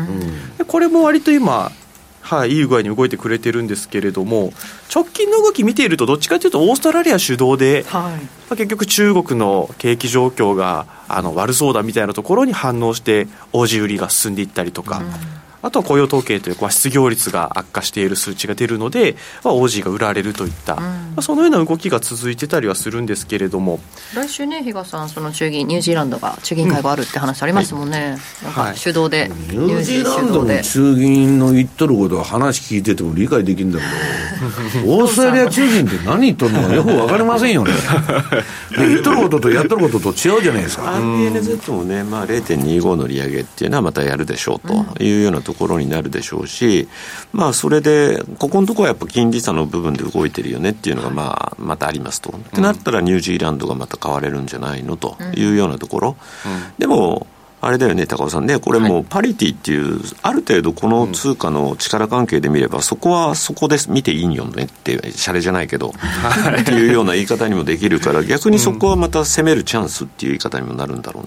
N: でこれも割と今、はい、いい具合に動いてくれてるんですけれども、直近の動き見ているとどっちかというとオーストラリア主導で、はいまあ、結局中国の景気状況があの悪そうだみたいなところに反応して オージー 売りが進んでいったりとか、うんあとは雇用統計という失業率が悪化している数値が出るので、まあ、オージー が売られるといった、うんまあ、そのような動きが続いてたりはするんですけれども、
D: 来週ね比嘉さんその中銀ニュージーランドが中銀会があるって話ありますもんね、うんはい、なんか主導で、はい、
B: ニュージーランドの中銀の言っとることは話聞いてても理解できるんだけどオーストラリア中銀って何言っとるのかよく分かりませんよねで言っとることとやっとることと違うじゃないですか。
C: アールビーエヌゼット もね、まあ、ゼロてんにじゅうご の利上げっていうのはまたやるでしょうというようなところところになるでしょうし、まあ、それでここのところはやっぱ金利差の部分で動いてるよねっていうのがまあまたありますと、うん、ってなったらニュージーランドがまた買われるんじゃないのというようなところ、うんうん、でもあれだよね高尾さんね、これもパリティっていう、はい、ある程度この通貨の力関係で見ればそこはそこで見ていいんよねってシャレじゃないけどっていうような言い方にもできるから、逆にそこはまた攻めるチャンスっていう言い方にもなるんだろうね。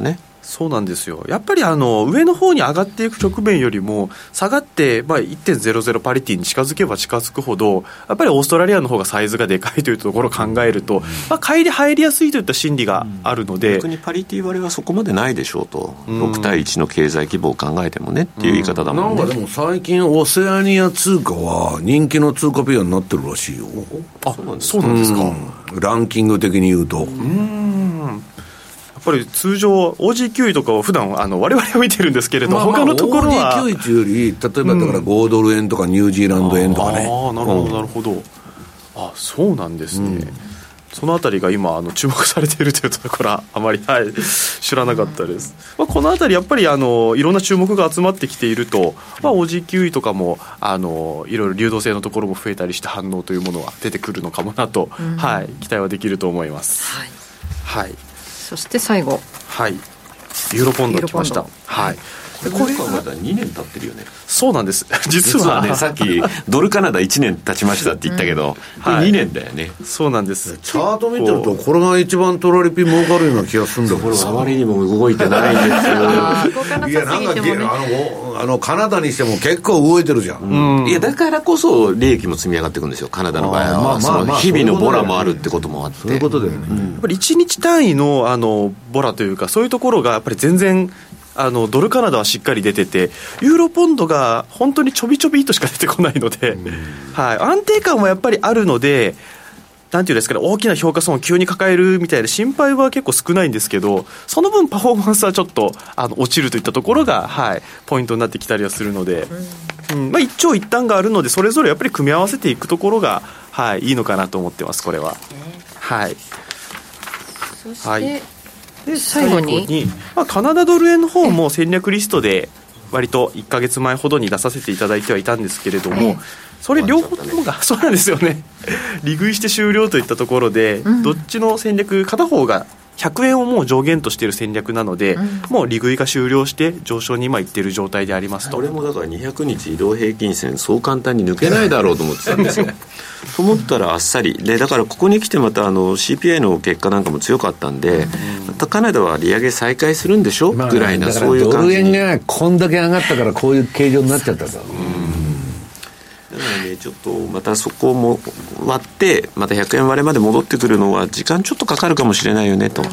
N: そうなんですよ。やっぱりあの上の方に上がっていく局面よりも下がって、まあ、いってんゼロゼロ パリティに近づけば近づくほどやっぱりオーストラリアの方がサイズがでかいというところを考えると、まあ、買いで入りやすいといった心理があるので、
C: 逆にパリティ割れはそこまでないでしょうと、ろく対いちの経済規模を考えてもねっていう言い方だもんね。
B: なんかでも最近オセアニア通貨は人気の通貨ペアになってるらしいよ。
N: あ、そうなんですか。
B: ランキング的に言うと、うー
N: ん、やっぱり通常 オージーキューイ とかは普段あの我々は見てるんですけれど、まあ、まあ他のところは
B: オージーキューイ というより例えばだからごドル円とかニュージーランド円とかね、
N: ああなるほどなるほど、あ、そうなんですね、うん、そのあたりが今あの注目されているというところはあまり、はい、知らなかったです、まあ、このあたりやっぱりあのいろんな注目が集まってきていると、まあ、オージーキューイ とかもあのいろいろ流動性のところも増えたりして反応というものは出てくるのかもなと、うん、はい、期待はできると思います、はい
D: はい、そして最後、
N: はい、ユーロポンド来ました。はい、
C: これはまだにねん経ってるよね。
N: そうなんです。実は、
C: 実はね、さっきドルカナダいちねん経ちましたって言ったけど、うん、これにねんだよね、はい、
N: そうなんです。
B: チャート見てるとこれが一番トラリピ儲かるような気がするんだけど、
C: これあまりにも動いてないんです
B: よ。いやなんかあのあのカナダにしても結構動いてるじゃん、
C: うん、いやだからこそ利益も積み上がっていくんですよ、カナダの場合は。まあまあまあまあ、日々のボラもあるってこともあって、
B: そういうことだよね、
N: うん、やっぱりいちにち単位 の, あのボラというかそういうところがやっぱり全然あのドルカナダはしっかり出てて、ユーロポンドが本当にちょびちょびとしか出てこないので、うん、はい、安定感もやっぱりあるので、なんていうんですかね、大きな評価損を急に抱えるみたいな心配は結構少ないんですけど、その分パフォーマンスはちょっとあの落ちるといったところが、はい、ポイントになってきたりはするので、うんうん、まあ、一長一短があるのでそれぞれやっぱり組み合わせていくところが、はい、いいのかなと思ってます、これは。はい、
D: そして、はい、で最後に、
N: 最後に、まあ、カナダドル円の方も戦略リストで割といっかげつまえほどに出させていただいてはいたんですけれども、それ両方ともがそうなんですよね利食いして終了といったところで、うん、どっちの戦略片方がひゃくえんをもう上限としている戦略なので、うん、もう利食いが終了して上昇に今いっている状態でありますと。
C: これもだからにひゃくにち移動平均線そう簡単に抜けないだろうと思ってたんですよと思ったらあっさりで、だからここに来てまたあの シーピーアイ の結果なんかも強かったんで、うん、またカナダは利上げ再開するんでしょ、まあ、ぐらいな、そういう感じ。
B: ドル円がこんだけ上がったからこういう形状になっちゃったんだ、
C: うんだからね、ちょっとまたそこも割ってまたひゃくえん割れまで戻ってくるのは時間ちょっとかかるかもしれないよねと、うん、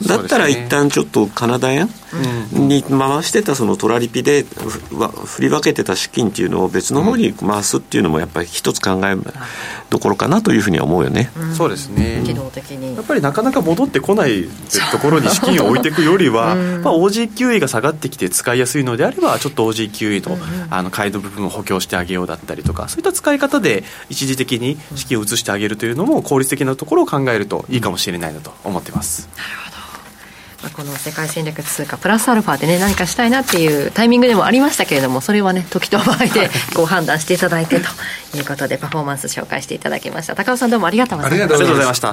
C: だったら一旦ちょっとカナダ円に回してたそのトラリピで振り分けてた資金っていうのを別の方に回すっていうのもやっぱり一つ考えどころかなというふうには思うよね、
N: うん、そうですね、
D: 機動的に
N: やっぱりなかなか戻ってこないところに資金を置いていくよりは、うんまあ、オージーキューイー が下がってきて使いやすいのであればちょっと オージーキューイー の、うん、あの買いの部分を補強してあげようだったりとか、そういった使い方で一時的に資金を移してあげるというのも効率的なところを考えるといいかもしれないなと思ってます。
D: なるほど、まあ、この世界戦略通貨プラスアルファでね何かしたいなっていうタイミングでもありましたけれども、それはね時と場合でご判断していただいてということでパフォーマンス紹介していただきました。高尾さんどうもありがとうございました。
N: ありがとうございました。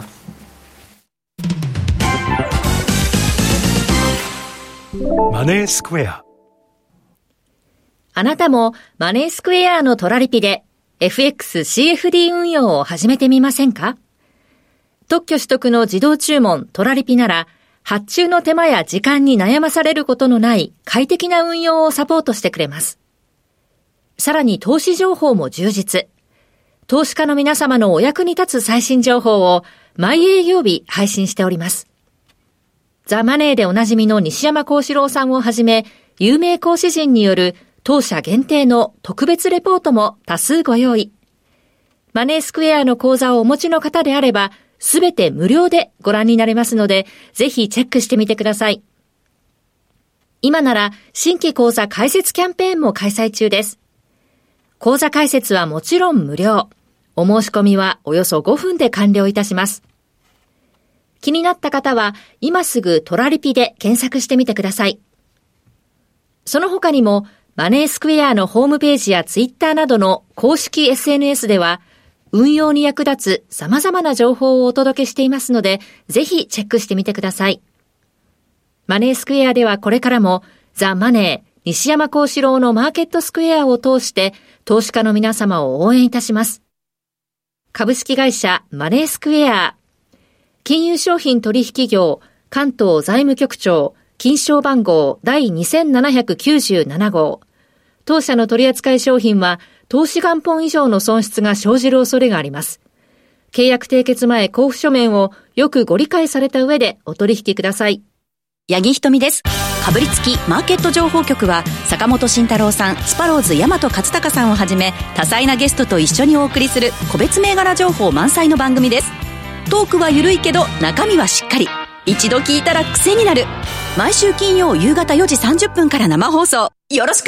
A: マネースクエア。
O: あなたもマネースクエアのトラリピで エフエックスシーエフディー 運用を始めてみませんか？特許取得の自動注文トラリピなら発注の手間や時間に悩まされることのない快適な運用をサポートしてくれます。さらに投資情報も充実。投資家の皆様のお役に立つ最新情報を毎営業日配信しております。ザ・マネーでおなじみの西山幸四郎さんをはじめ有名講師陣による当社限定の特別レポートも多数ご用意。マネースクエアの講座をお持ちの方であれば、すべて無料でご覧になれますので、ぜひチェックしてみてください。今なら新規講座開設キャンペーンも開催中です。講座開設はもちろん無料。お申し込みはおよそごふんで完了いたします。気になった方は今すぐトラリピで検索してみてください。その他にもマネースクエアのホームページやツイッターなどの公式 エスエヌエス では運用に役立つ様々な情報をお届けしていますので、ぜひチェックしてみてください。マネースクエアではこれからもザ・マネー西山幸四郎のマーケットスクエアを通して投資家の皆様を応援いたします。株式会社マネースクエア金融商品取引業関東財務局長金賞番号第にせんななひゃくきゅうじゅうなな号。当社の取扱い商品は投資元本以上の損失が生じる恐れがあります。契約締結前交付書面をよくご理解された上でお取引ください。
L: 八木ひとみです。かぶりつきマーケット情報局は坂本慎太郎さん、スパローズ大和勝孝さんをはじめ多彩なゲストと一緒にお送りする個別銘柄情報満載の番組です。トークは緩いけど中身はしっかり、一度聞いたら癖になる。毎週金曜夕方よじさんじゅっぷんから生放送よろしく。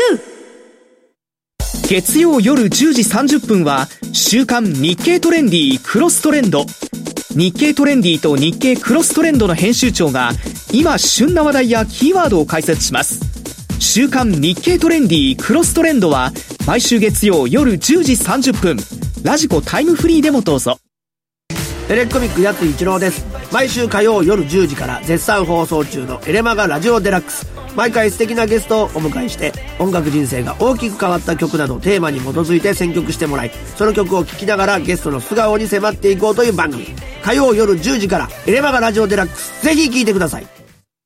K: 月曜夜じゅうじさんじゅっぷんは週刊日経トレンディクロストレンド。日経トレンディと日経クロストレンドの編集長が今旬な話題やキーワードを解説します。週刊日経トレンディクロストレンドは毎週月曜夜じゅうじさんじゅっぷん、ラジコタイムフリーでもどうぞ。
P: エレコミックやつ一郎です。毎週火曜夜じゅうじから絶賛放送中のエレマガラジオデラックス。毎回素敵なゲストをお迎えして音楽人生が大きく変わった曲などテーマに基づいて選曲してもらい、その曲を聴きながらゲストの素顔に迫っていこうという番組。火曜夜じゅうじからエレマガラジオデラックス、ぜひ聴いてください。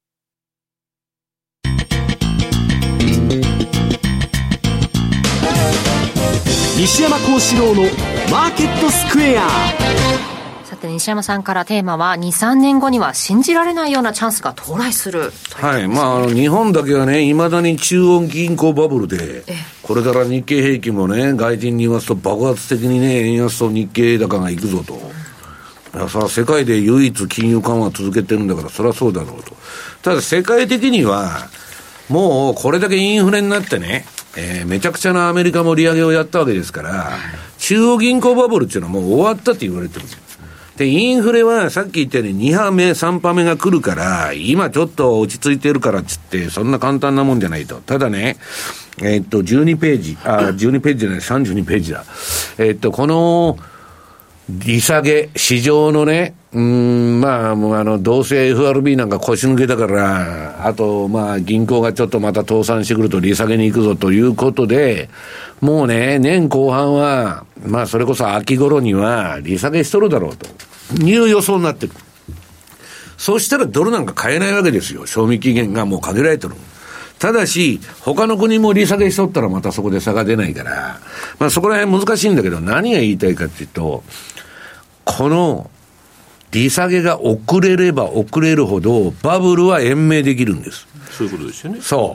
A: 西山幸四郎のマーケットスクエア。
D: さて西山さんからテーマはに、さんねんごには信じられないようなチャンスが到来する。
B: はい、まあ、あの日本だけはね、いまだに中央銀行バブルで、これから日経平均もね、外人に言いますと爆発的にね、円安と日経高がいくぞと。いやさ、世界で唯一金融緩和続けてるんだから、そりゃそうだろうと。ただ世界的には、もうこれだけインフレになってね、えー、めちゃくちゃなアメリカも利上げをやったわけですから、中央銀行バブルっていうのはもう終わったって言われてるんですよ。で、インフレはさっき言ったようにに波目、さん波目が来るから、今ちょっと落ち着いてるからっつって、そんな簡単なもんじゃないと。ただね、えー、っと、じゅうにページ、あ、じゅうにページじゃない、さんじゅうにページだ。えー、っと、この、利下げ、市場のね、うーん、まあ、もうあの、どうせ エフアールビー なんか腰抜けだから、あと、まあ、銀行がちょっとまた倒産してくると利下げに行くぞということで、もうね、年後半は、まあ、それこそ秋頃には利下げしとるだろうという予想になってる。そうしたらドルなんか買えないわけですよ。賞味期限がもう限られてる。ただし、他の国も利下げしとったらまたそこで差が出ないから、まあそこら辺難しいんだけど、何が言いたいかっていうと、この利下げが遅れれば遅れるほどバブルは延命できるんです。
C: そういうことですよね。
B: そう。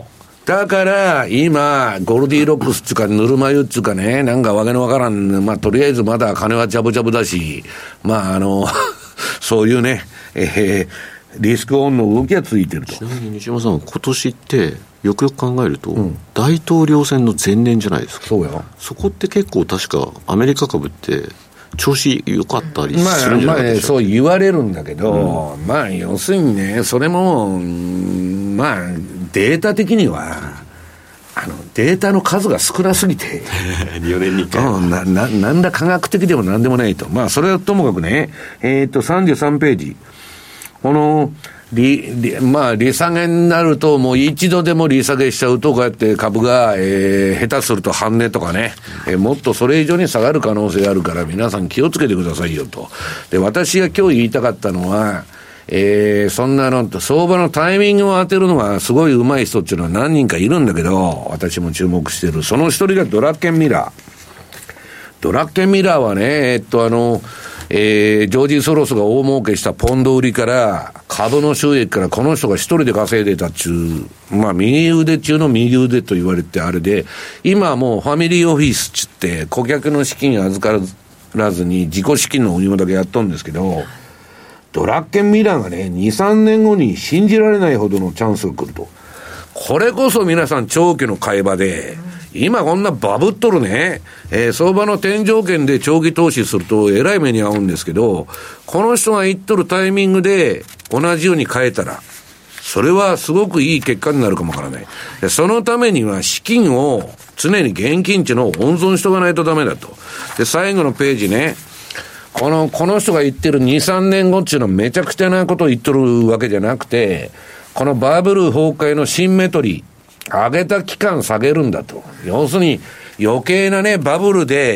B: だから今、ゴルディロックスっていうか、ぬるま湯っていうかね、なんかわけのわからん、まあとりあえずまだ金はジャブジャブだし、まああの、そういうね、えー、リスクオンの動きがついてると。
C: ちなみに西山さん、今年ってよくよく考えると、うん、大統領選の前年じゃないですか。
B: そうよ。
C: そこって結構確かアメリカ株って調子良かったりするんじゃないでしょうか。
B: まあ、まあね、そう言われるんだけど、うん、まあ要するにね、それも、まあデータ的にはあのデータの数が少なすぎて
C: よねんにいっかい、
B: うん、な, な, なんだ科学的でもなんでもないと。まあそれはともかくね、えー、っとさんじゅうさんページ、この利, 利まあ利下げになるともう一度でも利下げしちゃうとこうやって株が、えー、下手すると半値とかね、えー、もっとそれ以上に下がる可能性があるから皆さん気をつけてくださいよと。で、私が今日言いたかったのは、えー、そんなの相場のタイミングを当てるのがすごい上手い人っていうのは何人かいるんだけど、私も注目してるその一人がドラッケンミラー。ドラッケンミラーはね、えっとあのえー、ジョージ・ソロスが大儲けしたポンド売りから株の収益からこの人が一人で稼いでたっちゅう、まあ右腕中の右腕と言われてあれで、今はもうファミリーオフィスっちって顧客の資金預からずに自己資金の運用だけやっとんですけど、ドラッケンミラーがね、に、さんねんごに信じられないほどのチャンスが来ると。これこそ皆さん長期の買い場で、今こんなバブっとるね、えー、相場の天井圏で長期投資するとえらい目に遭うんですけど、この人が言っとるタイミングで同じように変えたら、それはすごくいい結果になるかもわからない。で、そのためには資金を常に現金っていうのを温存しとかないとダメだと。で、最後のページね、この、この人が言ってるに、さんねんごっていうのはめちゃくちゃなことを言っとるわけじゃなくて、このバブル崩壊のシンメトリー、上げた期間下げるんだと。要するに余計なね、バブルで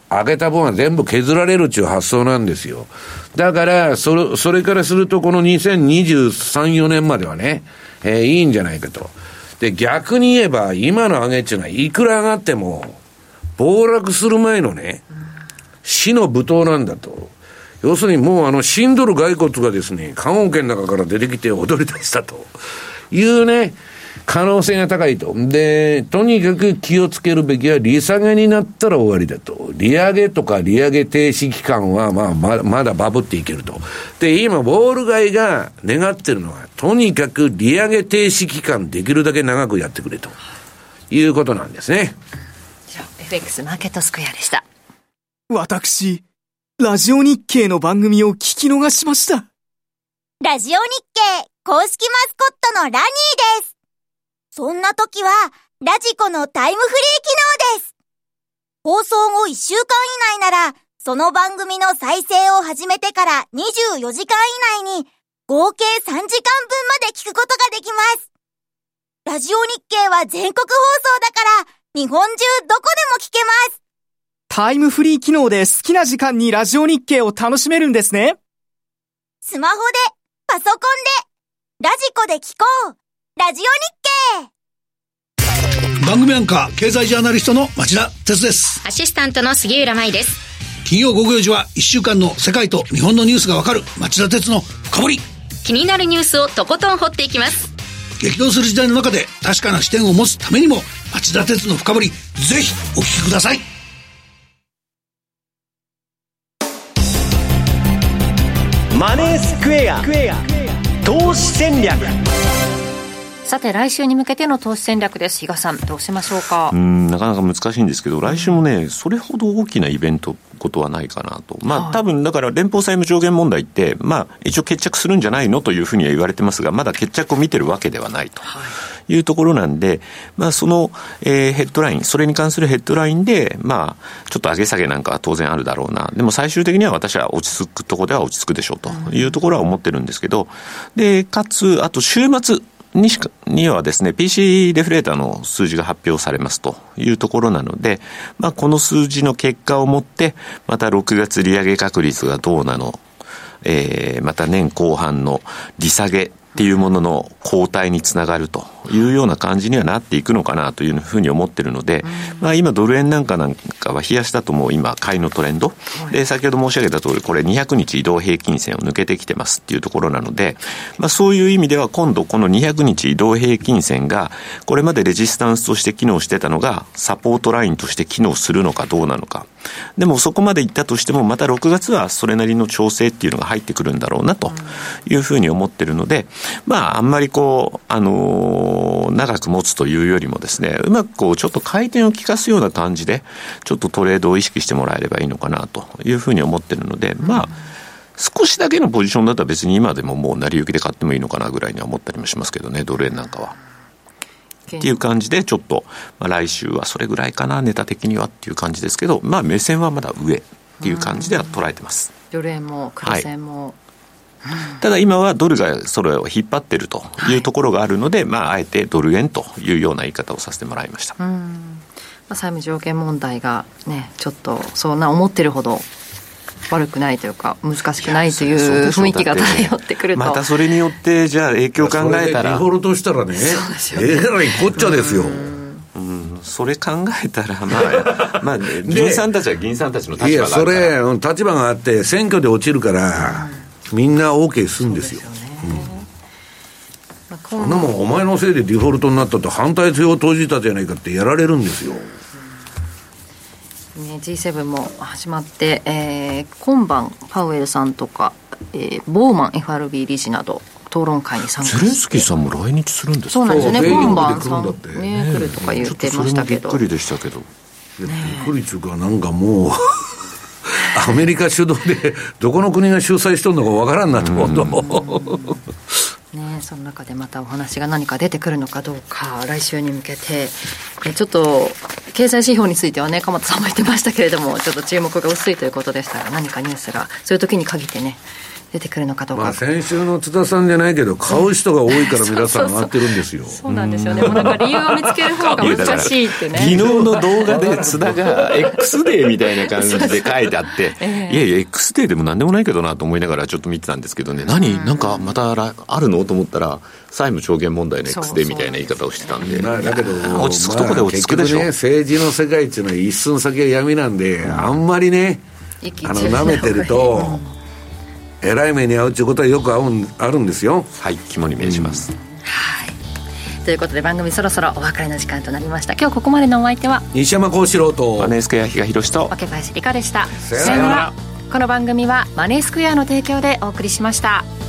B: 上げた分は全部削られるっていう発想なんですよ。だから、それ、それからするとこのにせんにじゅうさん、よねんまではね、えー、いいんじゃないかと。で、逆に言えば、今の上げっていうのは、いくら上がっても、暴落する前のね、死の舞踏なんだと。要するにもうあの、死んどる骸骨がですね、棺桶の中から出てきて踊り出したというね、可能性が高いと。で、とにかく気をつけるべきは、利下げになったら終わりだと。利上げとか利上げ停止期間は、まあ、ま、まだバブっていけると。で、今、ウォール街が願ってるのは、とにかく利上げ停止期間できるだけ長くやってくれということなんですね。
D: 以上、エフエックス マーケットスクエアでした。
Q: 私、ラジオ日経の番組を聞き逃しました。
R: ラジオ日経公式マスコットのラニーです。そんな時は、ラジコのタイムフリー機能です。放送後いっしゅうかん以内なら、その番組の再生を始めてからにじゅうよじかん以内に、合計さんじかんぶんまで聞くことができます。ラジオ日経は全国放送だから、日本中どこでも聞けます。
Q: タイムフリー機能で好きな時間にラジオ日経を楽しめるんですね。
R: スマホで、パソコンで、ラジコで聞こう。ラジオ日
S: 経。番組アンカー経済ジャーナリストの町田哲です。
T: アシスタントの杉浦舞です。
S: 金曜午後よじはいっしゅうかんの世界と日本のニュースがわかる町田哲の深掘り。
T: 気になるニュースをとことん掘っていきます。
S: 激動する時代の中で確かな視点を持つためにも、町田哲の深掘り、ぜひお聞きください。
A: マネースクエア投資戦略。
D: さて来週に向けての投資戦略です。比嘉さん、どうしましょうか。
C: うーんなかなか難しいんですけど、来週もねそれほど大きなイベントことはないかなと。まあ多分だから連邦債務上限問題ってまあ一応決着するんじゃないのというふうには言われてますが、まだ決着を見てるわけではないというところなんで、まあその、えー、ヘッドライン、それに関するヘッドラインでまあちょっと上げ下げなんかは当然あるだろうな。でも最終的には私は落ち着くところでは落ち着くでしょうというところは思ってるんですけど、でかつあと週末に, しかにはですね ピーシー デフレーターの数字が発表されますというところなので、まあ、この数字の結果をもってまたろくがつ利上げ確率がどうなの、えー、また年後半の利下げっていうものの後退につながるというような感じにはなっていくのかなというふうに思っているので、まあ、今ドル円なんかなんかは冷やしだともう今買いのトレンドで、先ほど申し上げた通りこれにひゃくにち移動平均線を抜けてきてますっていうところなので、まあ、そういう意味では今度このにひゃくにち移動平均線がこれまでレジスタンスとして機能してたのがサポートラインとして機能するのかどうなのか。でもそこまでいったとしてもまたろくがつはそれなりの調整っていうのが入ってくるんだろうなというふうに思ってるので、まああんまりこうあのー、長く持つというよりもですね、うまくこうちょっと回転を利かすような感じでちょっとトレードを意識してもらえればいいのかなというふうに思ってるので、まあ少しだけのポジションだったら別に今でももう成り行きで買ってもいいのかなぐらいには思ったりもしますけどね、ドル円なんかは。っていう感じでちょっと、まあ、来週はそれぐらいかなネタ的にはっていう感じですけど、まあ目線はまだ上っていう感じでは捉えてます。
D: ドル円もクロス円も、
C: はい、ただ今はドルがそれを引っ張ってるというところがあるので、はい、まああえてドル円というような言い方をさせてもらいました。
D: うん、まあ、債務上限問題がねちょっとそんな思ってるほど悪くないというか難しくないという雰囲気が漂ってくると、
C: またそれによってじゃあ影響考えたら
B: デフォルトしたらねえらいこっちゃですよ。
C: うん、それ考えたらまあ、まあ、銀さんたちは銀さんたちの立場があるから、
B: いやそれ立場があって選挙で落ちるからみんな OK するんですよ。そんなもんお前のせいでデフォルトになったって反対票を投じたじゃないかってやられるんですよ。
D: ね、ジーセブン も始まって、えー、今晩パウエルさんとか、えー、ボーマン エフアールビー 理事など討論会に参加して、
C: ゼレンスキーさんも来日するんですか。
D: そうなんですよね、今晩さん、ね、
C: ね、
D: 来るとか言ってましたけど、
C: ちょっとそれもびっくりでしたけど、
B: ね、びっくりっていうかなんかもうアメリカ主導でどこの国が主催しとるのかわからんなと思う
D: ね、その中でまたお話が何か出てくるのかどうか、来週に向けてえちょっと経済指標についてはね鎌田さんも言ってましたけれども、ちょっと注目が薄いということでしたが、何かニュースがそういう時に限ってね出てくるのかどうか、
B: まあ、先週の津田さんじゃないけど買う人が多いから皆さん上がってるんですよ。
D: そうなんですよね。もうなんか理由を見つける方が難しいってね。
C: 昨日の動画で津田が X デーみたいな感じで書いてあってええ、いやいや X デーでも何でもないけどなと思いながらちょっと見てたんですけどね、何、うん、なんかまたあるのと思ったら債務上限問題の X デーみたいな言い方をしてたんで、
B: まあ、だけど
C: 落ち着くとこで落ち着くでしょ、
B: まあ、結局ね政治の世界っていうのは一寸先は闇なんで、うん、あんまりねあの舐めてるとえらい目に遭うっていうことはよくあるあるんですよ。
C: はい、肝に銘じます、うん、
D: はいということで番組そろそろお別れの時間となりました。今日ここまでのお相手は
B: 西山幸四郎と
C: マネースクエア比嘉宏と
D: 若林理香でした。
B: さよなら。
D: この番組はマネースクエアの提供でお送りしました。